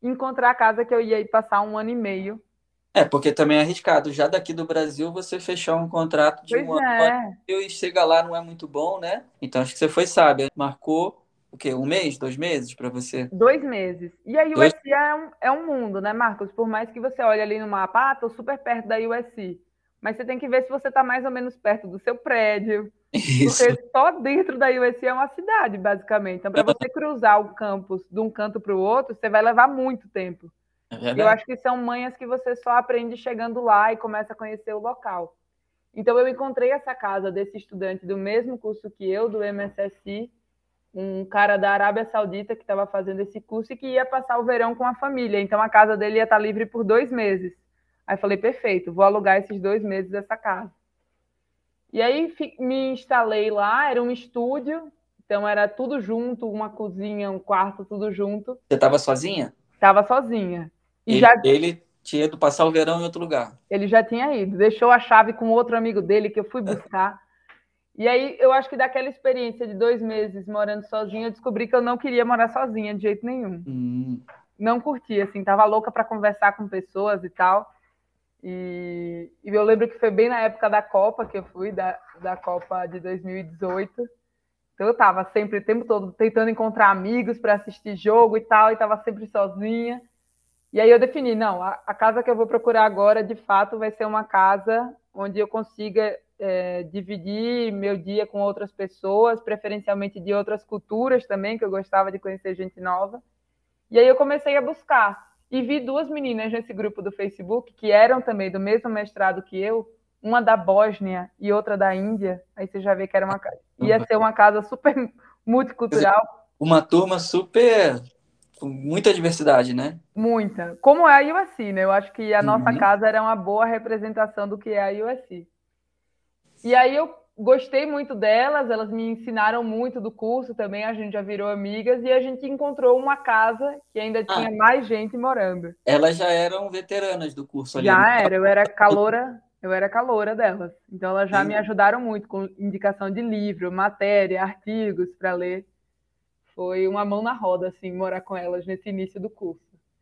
encontrar a casa que eu ia ir passar 1 ano e meio. Porque também é arriscado. Já daqui do Brasil, você fechar um contrato de Pois 1 ano é, e chega lá não é muito bom, né? Então acho que você foi sábio. Marcou o quê? 1 mês, 2 meses para você? 2 meses. E a Dois? USC é um mundo, né, Marcos? Por mais que você olhe ali no mapa, tô super perto da USC. Mas você tem que ver se você está mais ou menos perto do seu prédio, Isso. porque só dentro da USC é uma cidade, basicamente. Então, para você cruzar o campus de um canto para o outro, você vai levar muito tempo. É E eu verdade. acho que são manhas que você só aprende chegando lá e começa a conhecer o local. Então, eu encontrei essa casa desse estudante do mesmo curso que eu, do MSSI, um cara da Arábia Saudita que estava fazendo esse curso e que ia passar o verão com a família. Então, a casa dele ia estar livre por 2 meses. Aí falei, perfeito, vou alugar esses 2 meses dessa casa. E aí me instalei lá, era um estúdio, então era tudo junto, uma cozinha, um quarto, tudo junto. Você estava sozinha? Estava sozinha. E Ele, já ele tinha ido passar o verão em outro lugar. ele já tinha ido, deixou a chave com outro amigo dele que eu fui buscar. E aí eu acho que daquela experiência de 2 meses morando sozinha, eu descobri que eu não queria morar sozinha de jeito nenhum. Hum. Não curti, assim, tava louca para conversar com pessoas e tal. E eu lembro que foi bem na época da Copa que eu fui, da Copa de 2018. Então eu estava sempre, o tempo todo, tentando encontrar amigos para assistir jogo e tal, e estava sempre sozinha. E aí eu defini, não, a casa que eu vou procurar agora, de fato, vai ser uma casa onde eu consiga dividir meu dia com outras pessoas, preferencialmente de outras culturas também, que eu gostava de conhecer gente nova. E aí eu comecei a buscar. E vi duas meninas nesse grupo do Facebook, que eram também do mesmo mestrado que eu, uma da Bósnia e outra da Índia. Aí você já vê que ia ser uma casa super multicultural. Uma turma super, com muita diversidade, né? Muita. Como é a USC, né? Eu acho que a nossa Uhum. casa era uma boa representação do que é a USC. E aí eu gostei muito delas, elas me ensinaram muito do curso também, a gente já virou amigas e a gente encontrou uma casa que ainda tinha Ah, mais gente morando. elas já eram veteranas do curso ali, não Já era, eu era caloura delas. Então elas já me entendi. ajudaram muito com indicação de livro, matéria, artigos para ler. Foi uma mão na roda, assim, morar com elas nesse início do curso.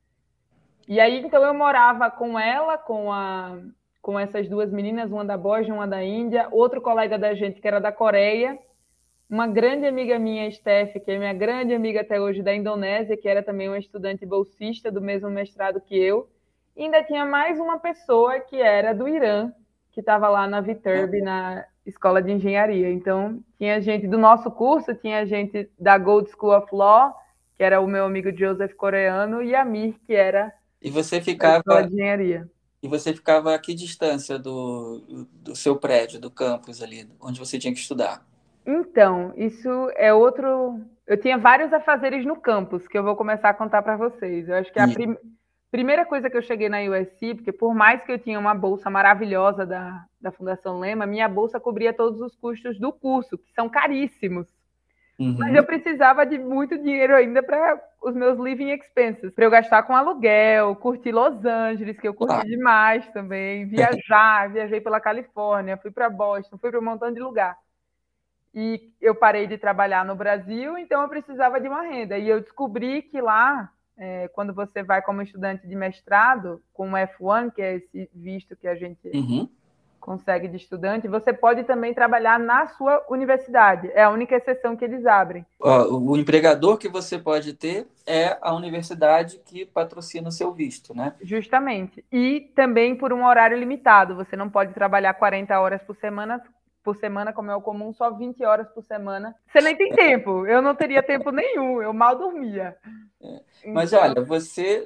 E aí, então, eu morava com ela, com essas duas meninas, uma da Bósnia, uma da Índia, outro colega da gente que era da Coreia, uma grande amiga minha, Steph, que é minha grande amiga até hoje, da Indonésia, que era também uma estudante bolsista do mesmo mestrado que eu. E ainda tinha mais uma pessoa que era do Irã, que estava lá na Viterbi, na escola de engenharia. Então, tinha gente do nosso curso, tinha gente da Gold School of Law, que era o meu amigo Joseph coreano, e a Mir, que era E você da escola ficava, de engenharia. e você ficava a que distância do seu prédio, do campus ali, onde você tinha que estudar? Então, isso é outro. Eu tinha vários afazeres no campus que eu vou começar a contar para vocês. Eu acho que a E, primeira coisa que eu cheguei na USC, porque por mais que eu tinha uma bolsa maravilhosa da Fundação Lema, minha bolsa cobria todos os custos do curso, que são caríssimos. Mas eu uhum. precisava de muito dinheiro ainda para os meus living expenses, para eu gastar com aluguel, curtir Los Angeles, que eu curti Claro. demais também, viajei pela Califórnia, fui para Boston, fui para um montão de lugar. E eu parei de trabalhar no Brasil, então eu precisava de uma renda. E eu descobri que lá, quando você vai como estudante de mestrado, com o F1, que é esse visto que a gente Uhum. consegue de estudante, você pode também trabalhar na sua universidade. É a única exceção que eles abrem. Ó, o empregador que você pode ter é a universidade que patrocina o seu visto, né? Justamente. E também por um horário limitado. Você não pode trabalhar 40 horas por semana, como é o comum, só 20 horas por semana. Você nem tem tempo. Eu não teria tempo nenhum. Eu mal dormia. Mas Então, olha,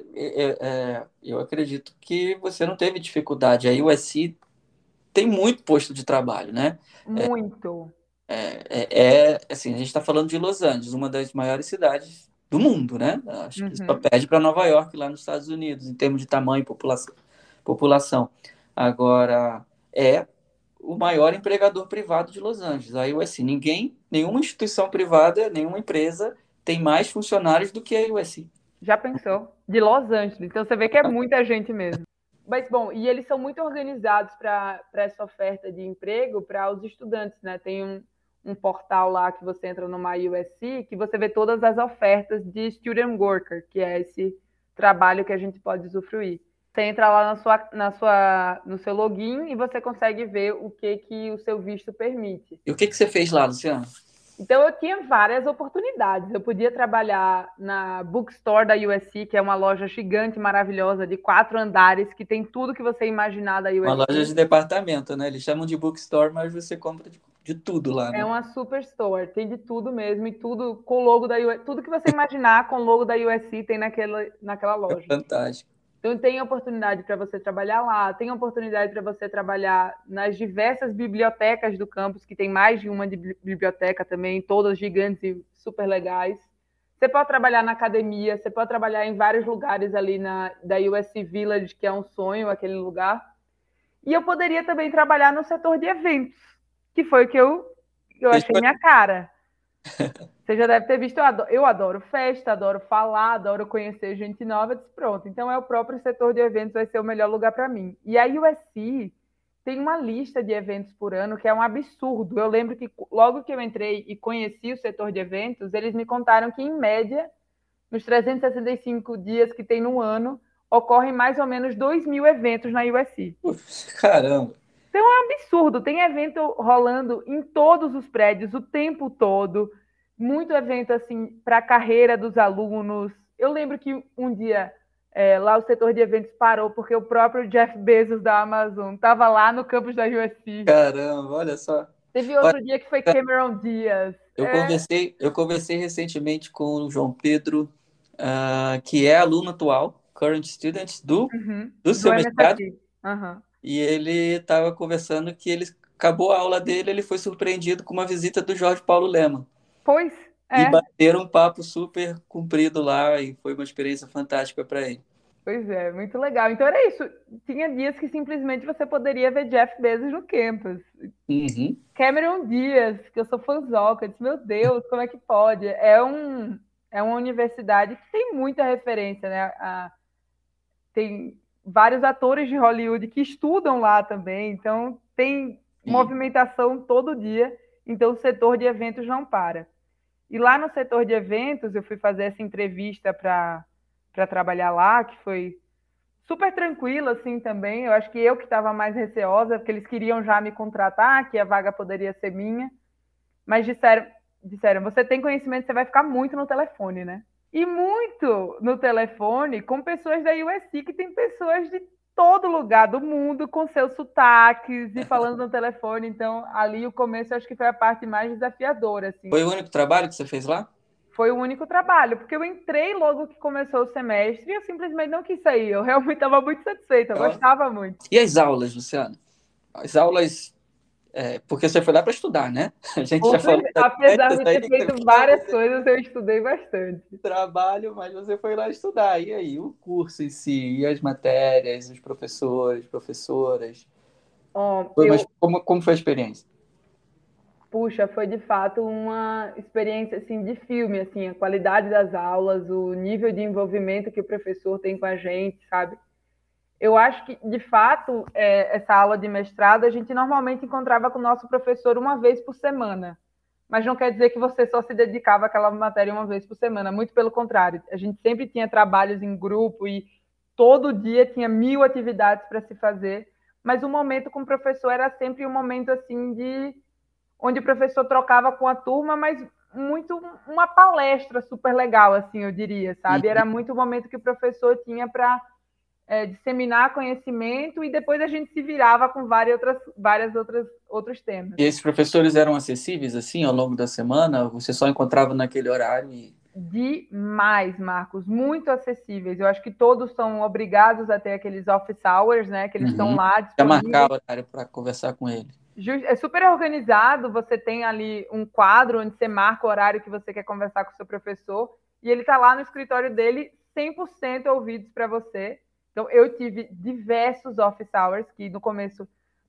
eu acredito que você não teve dificuldade. A USC tem muito posto de trabalho, né? muito. Assim, a gente está falando de Los Angeles, uma das maiores cidades do mundo, né? Acho que só Uhum. perde para Nova York, lá nos Estados Unidos, em termos de tamanho e população. Agora, é o maior empregador privado de Los Angeles. A USC. Nenhuma instituição privada, nenhuma empresa tem mais funcionários do que a USC. Já pensou? De Los Angeles. Então você vê que é muita gente mesmo. Mas, bom, e eles são muito organizados para essa oferta de emprego para os estudantes, né? Tem um portal lá que você entra no MyUSC que você vê todas as ofertas de student worker, que é esse trabalho que a gente pode usufruir. Você entra lá no seu login e você consegue ver o que o seu visto permite. E o que você fez lá, Luciano? Então, eu tinha várias oportunidades. Eu podia trabalhar na Bookstore da USC, que é uma loja gigante, maravilhosa, de 4 andares, que tem tudo que você imaginar da Uma loja USC. de departamento, né? Eles chamam de bookstore, mas você compra de tudo lá, É né? uma superstore, tem de tudo mesmo, e tudo com logo da USC. Tudo que você imaginar com logo da USC tem naquela É loja. fantástico. Então, tem oportunidade para você trabalhar lá, tem oportunidade para você trabalhar nas diversas bibliotecas do campus, que tem mais de uma biblioteca também, todas gigantes e super legais. Você pode trabalhar na academia, você pode trabalhar em vários lugares ali da USC Village, que é um sonho, aquele lugar. E eu poderia também trabalhar no setor de eventos, que foi o que eu achei minha cara. Você já deve ter visto, eu adoro festa, adoro falar, adoro conhecer gente nova. Disse, pronto, então é o próprio setor de eventos, vai ser o melhor lugar para mim. E a USC tem uma lista de eventos por ano que é um absurdo. Eu lembro que logo que eu entrei e conheci o setor de eventos, eles me contaram que, em média, nos 365 dias que tem no ano, ocorrem mais ou menos 2.000 eventos na USC. Caramba! Então é um absurdo, tem evento rolando em todos os prédios o tempo todo, muito evento assim para a carreira dos alunos. Eu lembro que um dia lá o setor de eventos parou porque o próprio Jeff Bezos da Amazon estava lá no campus da USC. Caramba, olha só. Teve Olha, outro dia que foi Cameron Diaz. eu conversei recentemente com o João Pedro, que é aluno atual, current student do Do seu mestrado, MSIT. Uhum. e ele estava conversando que ele acabou a aula dele, ele foi surpreendido com uma visita do Jorge Paulo Lema. Pois E é, bateram um papo super comprido lá e foi uma experiência fantástica para ele. pois é, muito legal. Então era isso. Tinha dias que simplesmente você poderia ver Jeff Bezos no campus. Uhum. Cameron Diaz, que eu sou fãzoca, eu disse, meu Deus, como é que pode? É uma universidade que tem muita referência, né? Tem vários atores de Hollywood que estudam lá também, então tem Sim. movimentação todo dia, então o setor de eventos não para. E lá no setor de eventos, eu fui fazer essa entrevista para trabalhar lá, que foi super tranquila, assim, também. Eu acho que eu que estava mais receosa, porque eles queriam já me contratar, que a vaga poderia ser minha. Mas disseram, você tem conhecimento, você vai ficar muito no telefone, né? E muito no telefone com pessoas da USC, que tem pessoas de todo lugar do mundo com seus sotaques e falando no telefone. Então, ali o começo, eu acho que foi a parte mais desafiadora, assim. Foi o único trabalho que você fez lá? Foi o único trabalho, porque eu entrei logo que começou o semestre e eu simplesmente não quis sair. Eu realmente estava muito satisfeita, eu Ó. gostava muito. E as aulas, Luciano? As aulas, porque você foi lá para estudar, né? A gente já falou das Apesar festas de aí ter que você feito falou várias coisas, eu estudei bastante. de trabalho, mas você foi lá estudar. E aí, o curso em si, e as matérias, os professores, professoras? Mas Eu, como foi a experiência? puxa, foi de fato uma experiência assim de filme, assim, a qualidade das aulas, o nível de envolvimento que o professor tem com a gente, sabe? Eu acho que, de fato, essa aula de mestrado a gente normalmente encontrava com o nosso professor uma vez por semana. Mas não quer dizer que você só se dedicava àquela matéria uma vez por semana. Muito pelo contrário. A gente sempre tinha trabalhos em grupo e todo dia tinha 1.000 atividades para se fazer. Mas o momento com o professor era sempre um momento assim de onde o professor trocava com a turma, mas muito uma palestra super legal, assim, eu diria, sabe? Era muito o momento que o professor tinha para disseminar conhecimento e depois a gente se virava com várias outros temas. E esses professores eram acessíveis, assim, ao longo da semana? Você só encontrava naquele horário e... Demais, Marcos, muito acessíveis. Eu acho que todos são obrigados a ter aqueles office hours, né? Que eles estão lá Já marcar disponíveis. o horário para conversar com ele. É super organizado, você tem ali um quadro onde você marca o horário que você quer conversar com o seu professor e ele está lá no escritório dele 100% ouvidos para você. Então, eu tive diversos office hours que no começo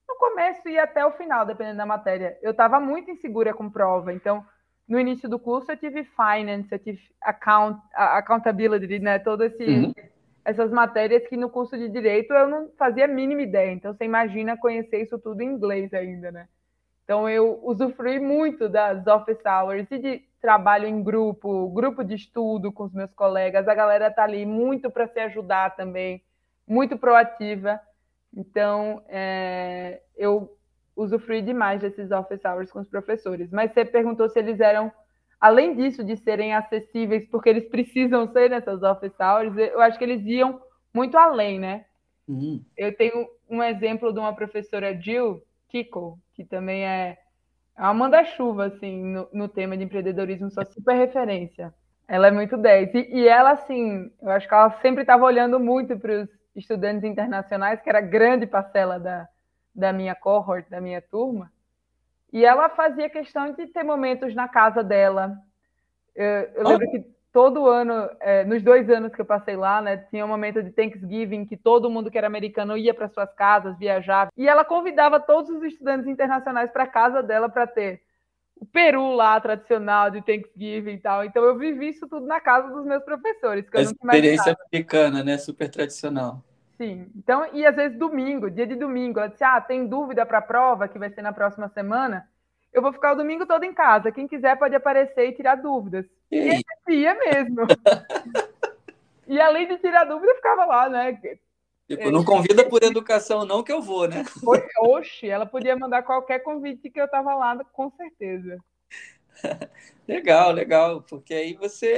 e até o final, dependendo da matéria, eu estava muito insegura com prova. Então, no início do curso, eu tive finance, eu tive accountability, né? Todas essas matérias que no curso de direito eu não fazia a mínima ideia. Então, você imagina conhecer isso tudo em inglês ainda, né? Então, eu usufruí muito das office hours e de trabalho em grupo de estudo com os meus colegas. A galera está ali muito para se ajudar também, muito proativa. Então, eu usufruí demais desses office hours com os professores. Mas você perguntou se eles eram, além disso, de serem acessíveis, porque eles precisam ser nessas office hours, eu acho que eles iam muito além, né? Hum. Eu tenho um exemplo de uma professora Jill Kiko, que também é uma manda-chuva assim, no tema de empreendedorismo, sua super referência. Ela é muito 10. E ela, assim, eu acho que ela sempre estava olhando muito para os estudantes internacionais, que era grande parcela da minha cohort, da minha turma, e ela fazia questão de ter momentos na casa dela. Eu Olha, lembro que todo ano, nos 2 anos que eu passei lá, né, tinha um momento de Thanksgiving que todo mundo que era americano ia para suas casas, viajava, e ela convidava todos os estudantes internacionais para a casa dela para ter o peru lá, tradicional de Thanksgiving e tal. Então eu vivi isso tudo na casa dos meus professores, que eu essa nunca experiência imaginava. americana, né? Super tradicional. Sim. Então, e às vezes domingo, dia de domingo, ela disse: "Ah, tem dúvida para a prova que vai ser na próxima semana? Eu vou ficar o domingo todo em casa. Quem quiser pode aparecer e tirar dúvidas." E E aí? a gente ia mesmo. E além de tirar dúvida, eu ficava lá, né? Tipo, não convida por educação, não, que eu vou, né? Oxe, ela podia mandar qualquer convite que eu estava lá, com certeza. Legal, legal, porque aí você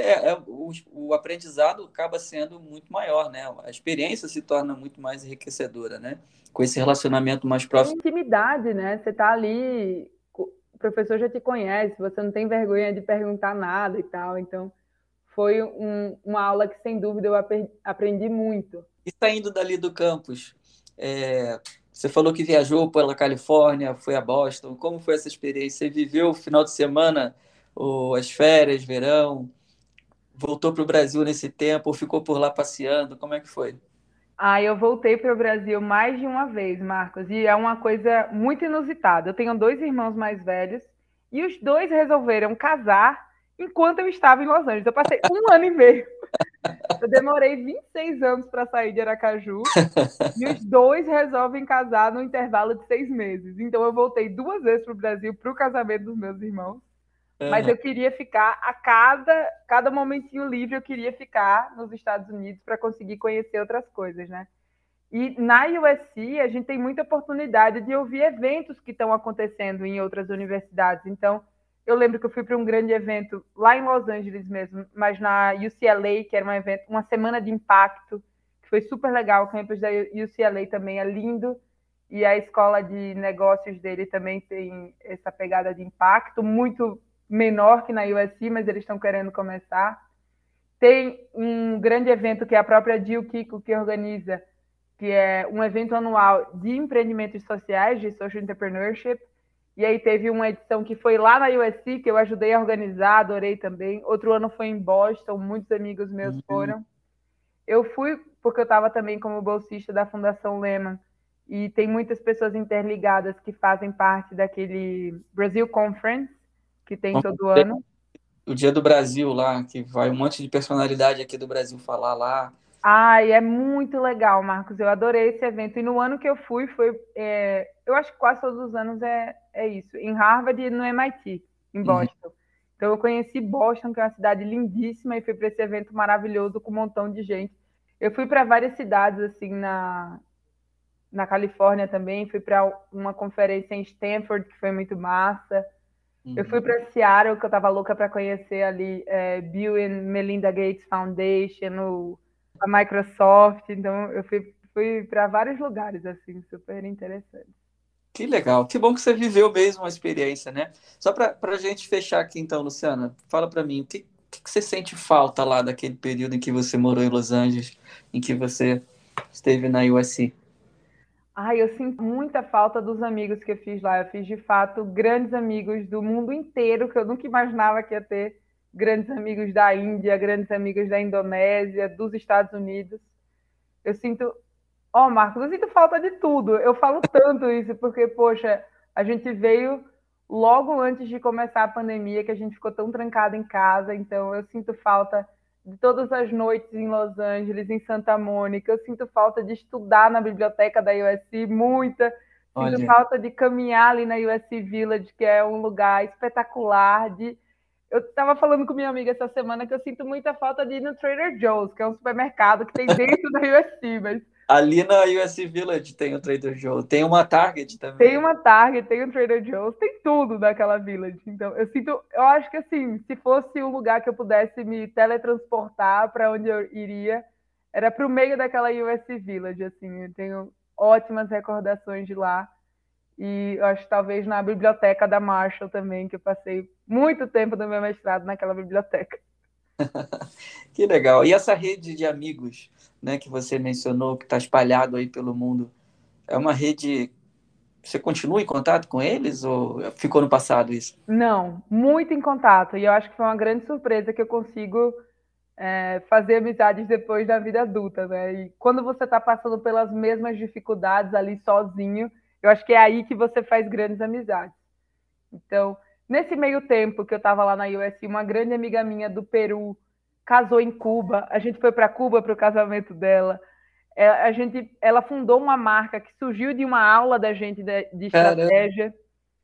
o aprendizado acaba sendo muito maior, né? A experiência se torna muito mais enriquecedora, né? Com esse relacionamento mais Tem próximo. intimidade, né? Você está ali, o professor já te conhece, você não tem vergonha de perguntar nada e tal. Então, foi uma aula que, sem dúvida, eu aprendi muito. E saindo dali do campus, você falou que viajou pela Califórnia, foi a Boston. Como foi essa experiência? Você viveu o final de semana, ou as férias, verão? Voltou para o Brasil nesse tempo, ou ficou por lá passeando? Como é que foi? Aí eu voltei para o Brasil mais de uma vez, Marcos, e é uma coisa muito inusitada. Eu tenho 2 irmãos mais velhos e os dois resolveram casar enquanto eu estava em Los Angeles. Eu passei 1 ano e meio. Eu demorei 26 anos para sair de Aracaju e os dois resolvem casar no intervalo de 6 meses. Então eu voltei 2 vezes para o Brasil para o casamento dos meus irmãos, mas Aham. eu queria ficar a cada momentinho livre, eu queria ficar nos Estados Unidos para conseguir conhecer outras coisas, né? E na USC, a gente tem muita oportunidade de ouvir eventos que estão acontecendo em outras universidades. Então, eu lembro que eu fui para um grande evento lá em Los Angeles mesmo, mas na UCLA, que era um evento, uma semana de impacto, que foi super legal. O campus da UCLA também é lindo, e a escola de negócios dele também tem essa pegada de impacto, muito menor que na USC, mas eles estão querendo começar. Tem um grande evento que é a própria Jill Kiko que organiza, que é um evento anual de empreendimentos sociais, de social entrepreneurship. E aí teve uma edição que foi lá na USC, que eu ajudei a organizar, adorei também. Outro ano foi em Boston, muitos amigos meus Uhum. foram. Eu fui porque eu estava também como bolsista da Fundação Lehman, e tem muitas pessoas interligadas que fazem parte daquele Brasil Conference, que tem todo ano. O Dia do Brasil lá, que vai um monte de personalidade aqui do Brasil falar lá. Ai, é muito legal, Marcos. Eu adorei esse evento. E no ano que eu fui, eu acho que quase todos os anos é isso. Em Harvard e no MIT, em Uhum. Boston. Então eu conheci Boston, que é uma cidade lindíssima, e fui para esse evento maravilhoso com um montão de gente. Eu fui para várias cidades, assim, na Califórnia também. Fui para uma conferência em Stanford, que foi muito massa. Eu fui Uhum. para Seattle, que eu estava louca para conhecer ali Bill and Melinda Gates Foundation, a Microsoft. Então, eu fui para vários lugares, assim, super interessante. Que legal, que bom que você viveu mesmo a experiência, né? Só para a gente fechar aqui então, Luciana, fala para mim, o que você sente falta lá daquele período em que você morou em Los Angeles, em que você esteve na USC? Ai, eu sinto muita falta dos amigos que eu fiz lá. Eu fiz, de fato, grandes amigos do mundo inteiro, que eu nunca imaginava que ia ter. Grandes amigos da Índia, grandes amigos da Indonésia, dos Estados Unidos. Eu sinto Marcos, eu sinto falta de tudo. Eu falo tanto isso porque, poxa, a gente veio logo antes de começar a pandemia, que a gente ficou tão trancado em casa. Então, eu sinto falta de todas as noites em Los Angeles, em Santa Mônica. Eu sinto falta de estudar na biblioteca da USC, muita, Sinto Olha, falta de caminhar ali na USC Village, que é um lugar espetacular. Eu estava falando com minha amiga essa semana que eu sinto muita falta de ir no Trader Joe's, que é um supermercado que tem dentro da USC, mas ali na USC Village tem o Trader Joe, tem uma Target tem também. uma Target, tem um Trader Joe's, tem tudo naquela Village. Então, eu acho que assim, se fosse um lugar que eu pudesse me teletransportar para onde eu iria, era para o meio daquela USC Village, assim. Eu tenho ótimas recordações de lá. E eu acho que talvez na biblioteca da Marshall também, que eu passei muito tempo do meu mestrado naquela biblioteca. Que legal. E essa rede de amigos, né, que você mencionou, que está espalhado aí pelo mundo, é uma rede. Você continua em contato com eles ou ficou no passado isso? Não, muito em contato. E eu acho que foi uma grande surpresa que eu consigo fazer amizades depois da vida adulta, né? E quando você está passando pelas mesmas dificuldades ali sozinho, eu acho que é aí que você faz grandes amizades. Então, nesse meio tempo que eu estava lá na USC, uma grande amiga minha do Peru casou em Cuba. A gente foi para Cuba para o casamento dela. Ela fundou uma marca que surgiu de uma aula da gente de Caramba, estratégia.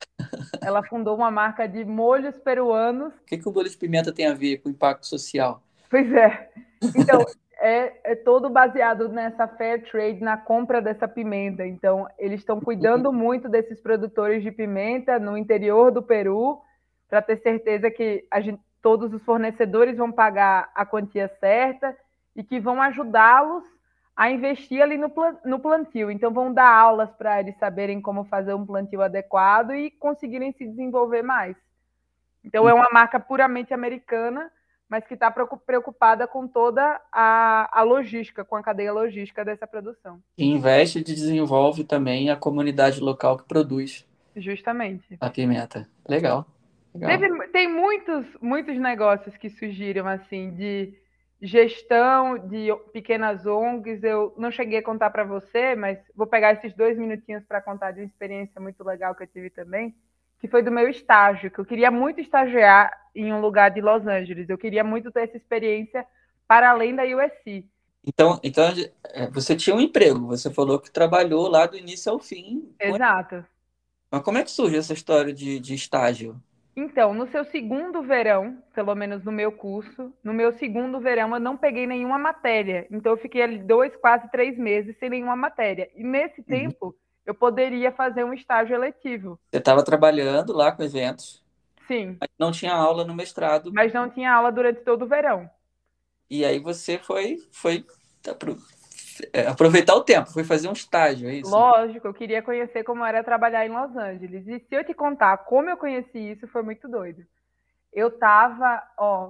Ela fundou uma marca de molhos peruanos. o que o bolo de pimenta tem a ver com impacto social? Pois é. Então, é todo baseado nessa fair trade, na compra dessa pimenta. Então, eles estão cuidando muito desses produtores de pimenta no interior do Peru, para ter certeza que todos os fornecedores vão pagar a quantia certa e que vão ajudá-los a investir ali no plantio. Então, vão dar aulas para eles saberem como fazer um plantio adequado e conseguirem se desenvolver mais. Então, é uma marca puramente americana, mas que está preocupada com toda a logística, com a cadeia logística dessa produção. E investe e desenvolve também a comunidade local que produz Justamente. a pimenta. Legal, legal. Tem muitos negócios que surgiram assim de gestão de pequenas ONGs. Eu não cheguei a contar para você, mas vou pegar esses 2 minutinhos para contar de uma experiência muito legal que eu tive também, que foi do meu estágio, que eu queria muito estagiar em um lugar de Los Angeles. Eu queria muito ter essa experiência para além da USC. Então você tinha um emprego, você falou que trabalhou lá do início ao fim. Exato. Mas como é que surge essa história de estágio? Então, no seu segundo verão, pelo menos no meu curso, no meu segundo verão eu não peguei nenhuma matéria. Então, eu fiquei ali 2, quase 3 meses sem nenhuma matéria. E nesse Uhum. tempo, eu poderia fazer um estágio eletivo. Você estava trabalhando lá com eventos, Sim, mas não tinha aula no mestrado. mas não tinha aula durante todo o verão. E aí você foi apro- aproveitar o tempo, foi fazer um estágio, é isso? Lógico, eu queria conhecer como era trabalhar em Los Angeles. E se eu te contar como eu conheci isso, foi muito doido. Eu estava,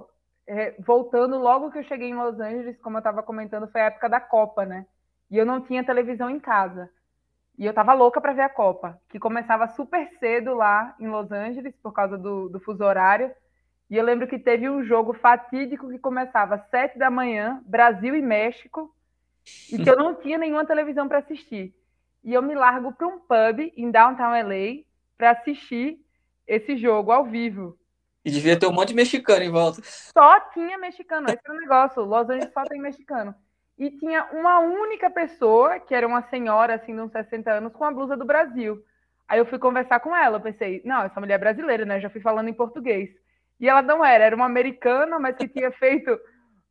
voltando logo que eu cheguei em Los Angeles, como eu estava comentando, foi a época da Copa, né? E eu não tinha televisão em casa. E eu estava louca para ver a Copa, que começava super cedo lá em Los Angeles, por causa do fuso horário. E eu lembro que teve um jogo fatídico que começava às 7 da manhã, Brasil e México, e que eu não tinha nenhuma televisão para assistir. E eu me largo para um pub em Downtown LA para assistir esse jogo ao vivo. E devia ter um monte de mexicano em volta. Só tinha mexicano, esse era o negócio. Los Angeles só tem mexicano. E tinha uma única pessoa, que era uma senhora, assim, de uns 60 anos, com a blusa do Brasil. Aí eu fui conversar com ela, eu pensei, não, essa mulher é brasileira, né? Já fui falando em português. E ela não era uma americana, mas que tinha feito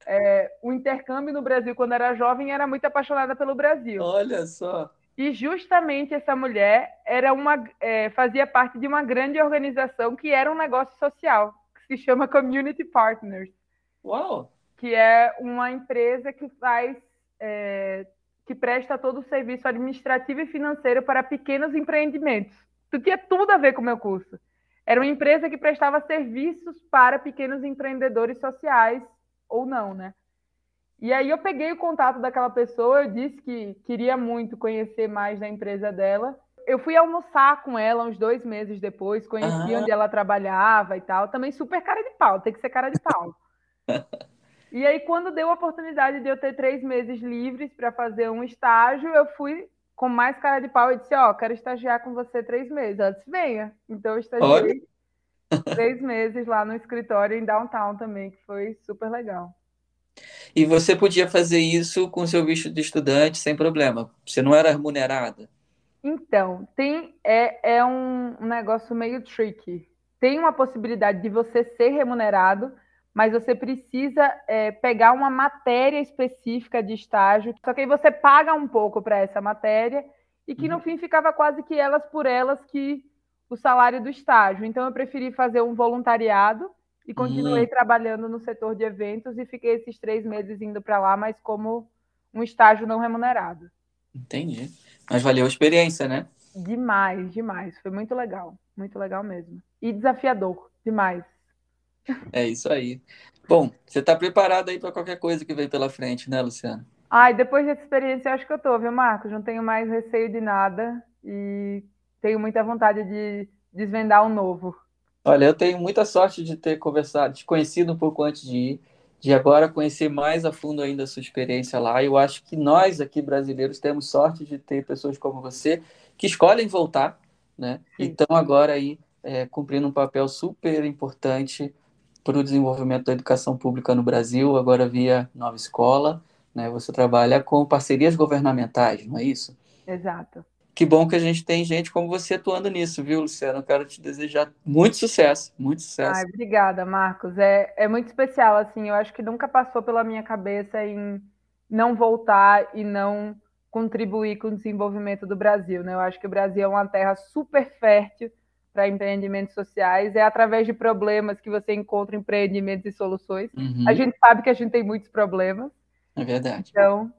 o intercâmbio no Brasil quando era jovem e era muito apaixonada pelo Brasil. Olha só. E justamente essa mulher fazia parte de uma grande organização que era um negócio social, que se chama Community Partners, Uau! que é uma empresa que que presta todo o serviço administrativo e financeiro para pequenos empreendimentos. Isso tinha tudo a ver com o meu curso. Era uma empresa que prestava serviços para pequenos empreendedores sociais ou não, né? E aí eu peguei o contato daquela pessoa, eu disse que queria muito conhecer mais da empresa dela. Eu fui almoçar com ela uns 2 meses depois, conheci Ah, onde ela trabalhava e tal. Também super cara de pau, tem que ser cara de pau. E aí, quando deu a oportunidade de eu ter 3 meses livres para fazer um estágio, eu fui com mais cara de pau e disse, quero estagiar com você 3 meses. Ela disse, venha. Então, eu olha. estagiei 3 meses lá no escritório em Downtown também, que foi super legal. E você podia fazer isso com seu visto de estudante sem problema. Você não era remunerada. Então, é um negócio meio tricky. Tem uma possibilidade de você ser remunerado, mas você precisa pegar uma matéria específica de estágio. Só que aí você paga um pouco para essa matéria e que no fim ficava quase que elas por elas que o salário do estágio. Então eu preferi fazer um voluntariado e continuei Hum, trabalhando no setor de eventos e fiquei esses 3 meses indo para lá, mas como um estágio não remunerado. entendi. Mas valeu a experiência, né? Demais, demais. Foi muito legal mesmo. E desafiador, demais. É isso aí. Bom, você está preparado aí para qualquer coisa que vem pela frente, né, Luciano? Ai, depois dessa experiência, eu acho que eu tô, viu, Marcos? Não tenho mais receio de nada e tenho muita vontade de desvendar um novo. Olha, eu tenho muita sorte de ter conversado, te conhecido um pouco antes de ir, de agora conhecer mais a fundo ainda a sua experiência lá. Eu acho que nós aqui brasileiros temos sorte de ter pessoas como você que escolhem voltar, né? E Sim, estão agora aí cumprindo um papel super importante para o desenvolvimento da educação pública no Brasil, agora via Nova Escola, né? Você trabalha com parcerias governamentais, não é isso? exato. Que bom que a gente tem gente como você atuando nisso, viu, Luciano? Eu quero te desejar muito sucesso, muito Ai, sucesso. obrigada, Marcos. É muito especial, assim. Eu acho que nunca passou pela minha cabeça em não voltar e não contribuir com o desenvolvimento do Brasil, né? Eu acho que o Brasil é uma terra super fértil para empreendimentos sociais. É através de problemas que você encontra empreendimentos e soluções. A Uhum, gente sabe que a gente tem muitos problemas, é verdade. então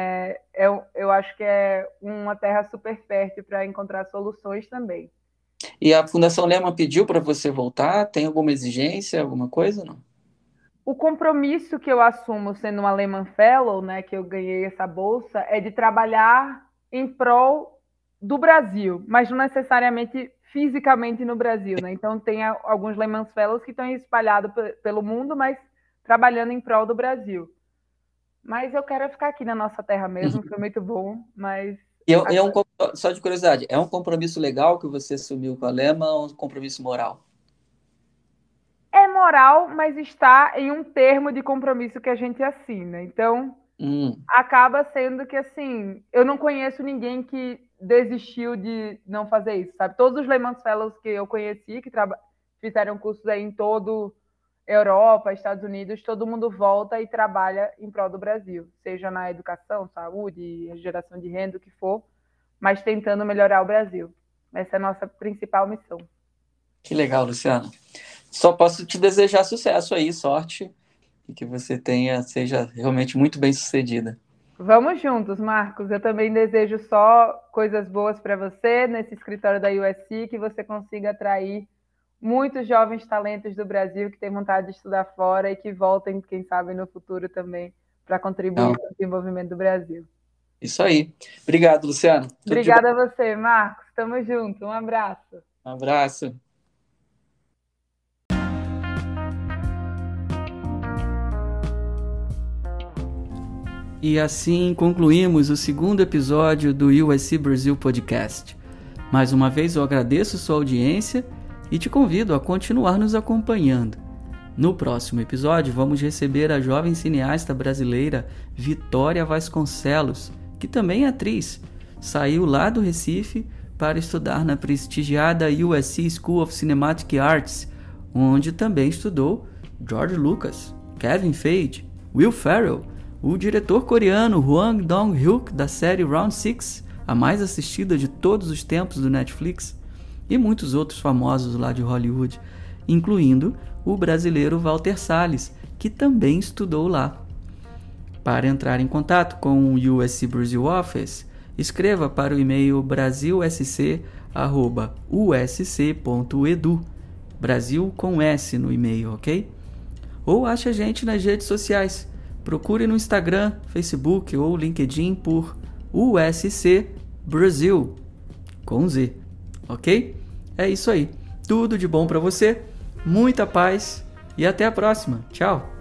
eu acho que é uma terra super fértil para encontrar soluções também. E a Fundação Lehman pediu para você voltar? Tem alguma exigência, alguma coisa? Não? O compromisso que eu assumo sendo uma Lehman Fellow, né, que eu ganhei essa bolsa, é de trabalhar em prol do Brasil, mas não necessariamente fisicamente no Brasil, né? Então tem alguns Lehman Fellows que estão espalhados pelo mundo, mas trabalhando em prol do Brasil. Mas eu quero ficar aqui na nossa terra mesmo, Uhum. foi muito bom, mas Só de curiosidade, é um compromisso legal que você assumiu com a Lehman ou um compromisso moral? é moral, mas está em um termo de compromisso que a gente assina. Então, Hum, acaba sendo que, assim, eu não conheço ninguém que desistiu de não fazer isso, sabe? Todos os Lehman Fellows que eu conheci, que fizeram cursos aí em todo Europa, Estados Unidos, todo mundo volta e trabalha em prol do Brasil, seja na educação, saúde, geração de renda, o que for, mas tentando melhorar o Brasil. Essa é a nossa principal missão. que legal, Luciano. Só posso te desejar sucesso aí, sorte, e que você seja realmente muito bem sucedida. Vamos juntos, Marcos. Eu também desejo só coisas boas para você nesse escritório da USC, que você consiga atrair muitos jovens talentos do Brasil que têm vontade de estudar fora e que voltem, quem sabe, no futuro também para Então, contribuir com o desenvolvimento do Brasil. isso aí. Obrigado, Luciano. Tudo de bom. Obrigada a você, Marcos. Tamo junto. Um abraço. Um abraço. E assim concluímos o segundo episódio do USC Brasil Podcast. Mais uma vez eu agradeço sua audiência e te convido a continuar nos acompanhando. No próximo episódio vamos receber a jovem cineasta brasileira Vitória Vasconcelos, que também é atriz. Saiu lá do Recife para estudar na prestigiada USC School of Cinematic Arts, onde também estudou George Lucas, Kevin Feige, Will Ferrell, o diretor coreano Hwang Dong-hyuk da série Round Six, a mais assistida de todos os tempos do Netflix, e muitos outros famosos lá de Hollywood, incluindo o brasileiro Walter Salles, que também estudou lá. Para entrar em contato com o USC Brazil Office, escreva para o e-mail brasilsc@usc.edu, Brasil com S no e-mail, ok? Ou ache a gente nas redes sociais. Procure no Instagram, Facebook ou LinkedIn por USC Brasil, com Z, ok? É isso aí. Tudo de bom para você, muita paz e até a próxima. Tchau!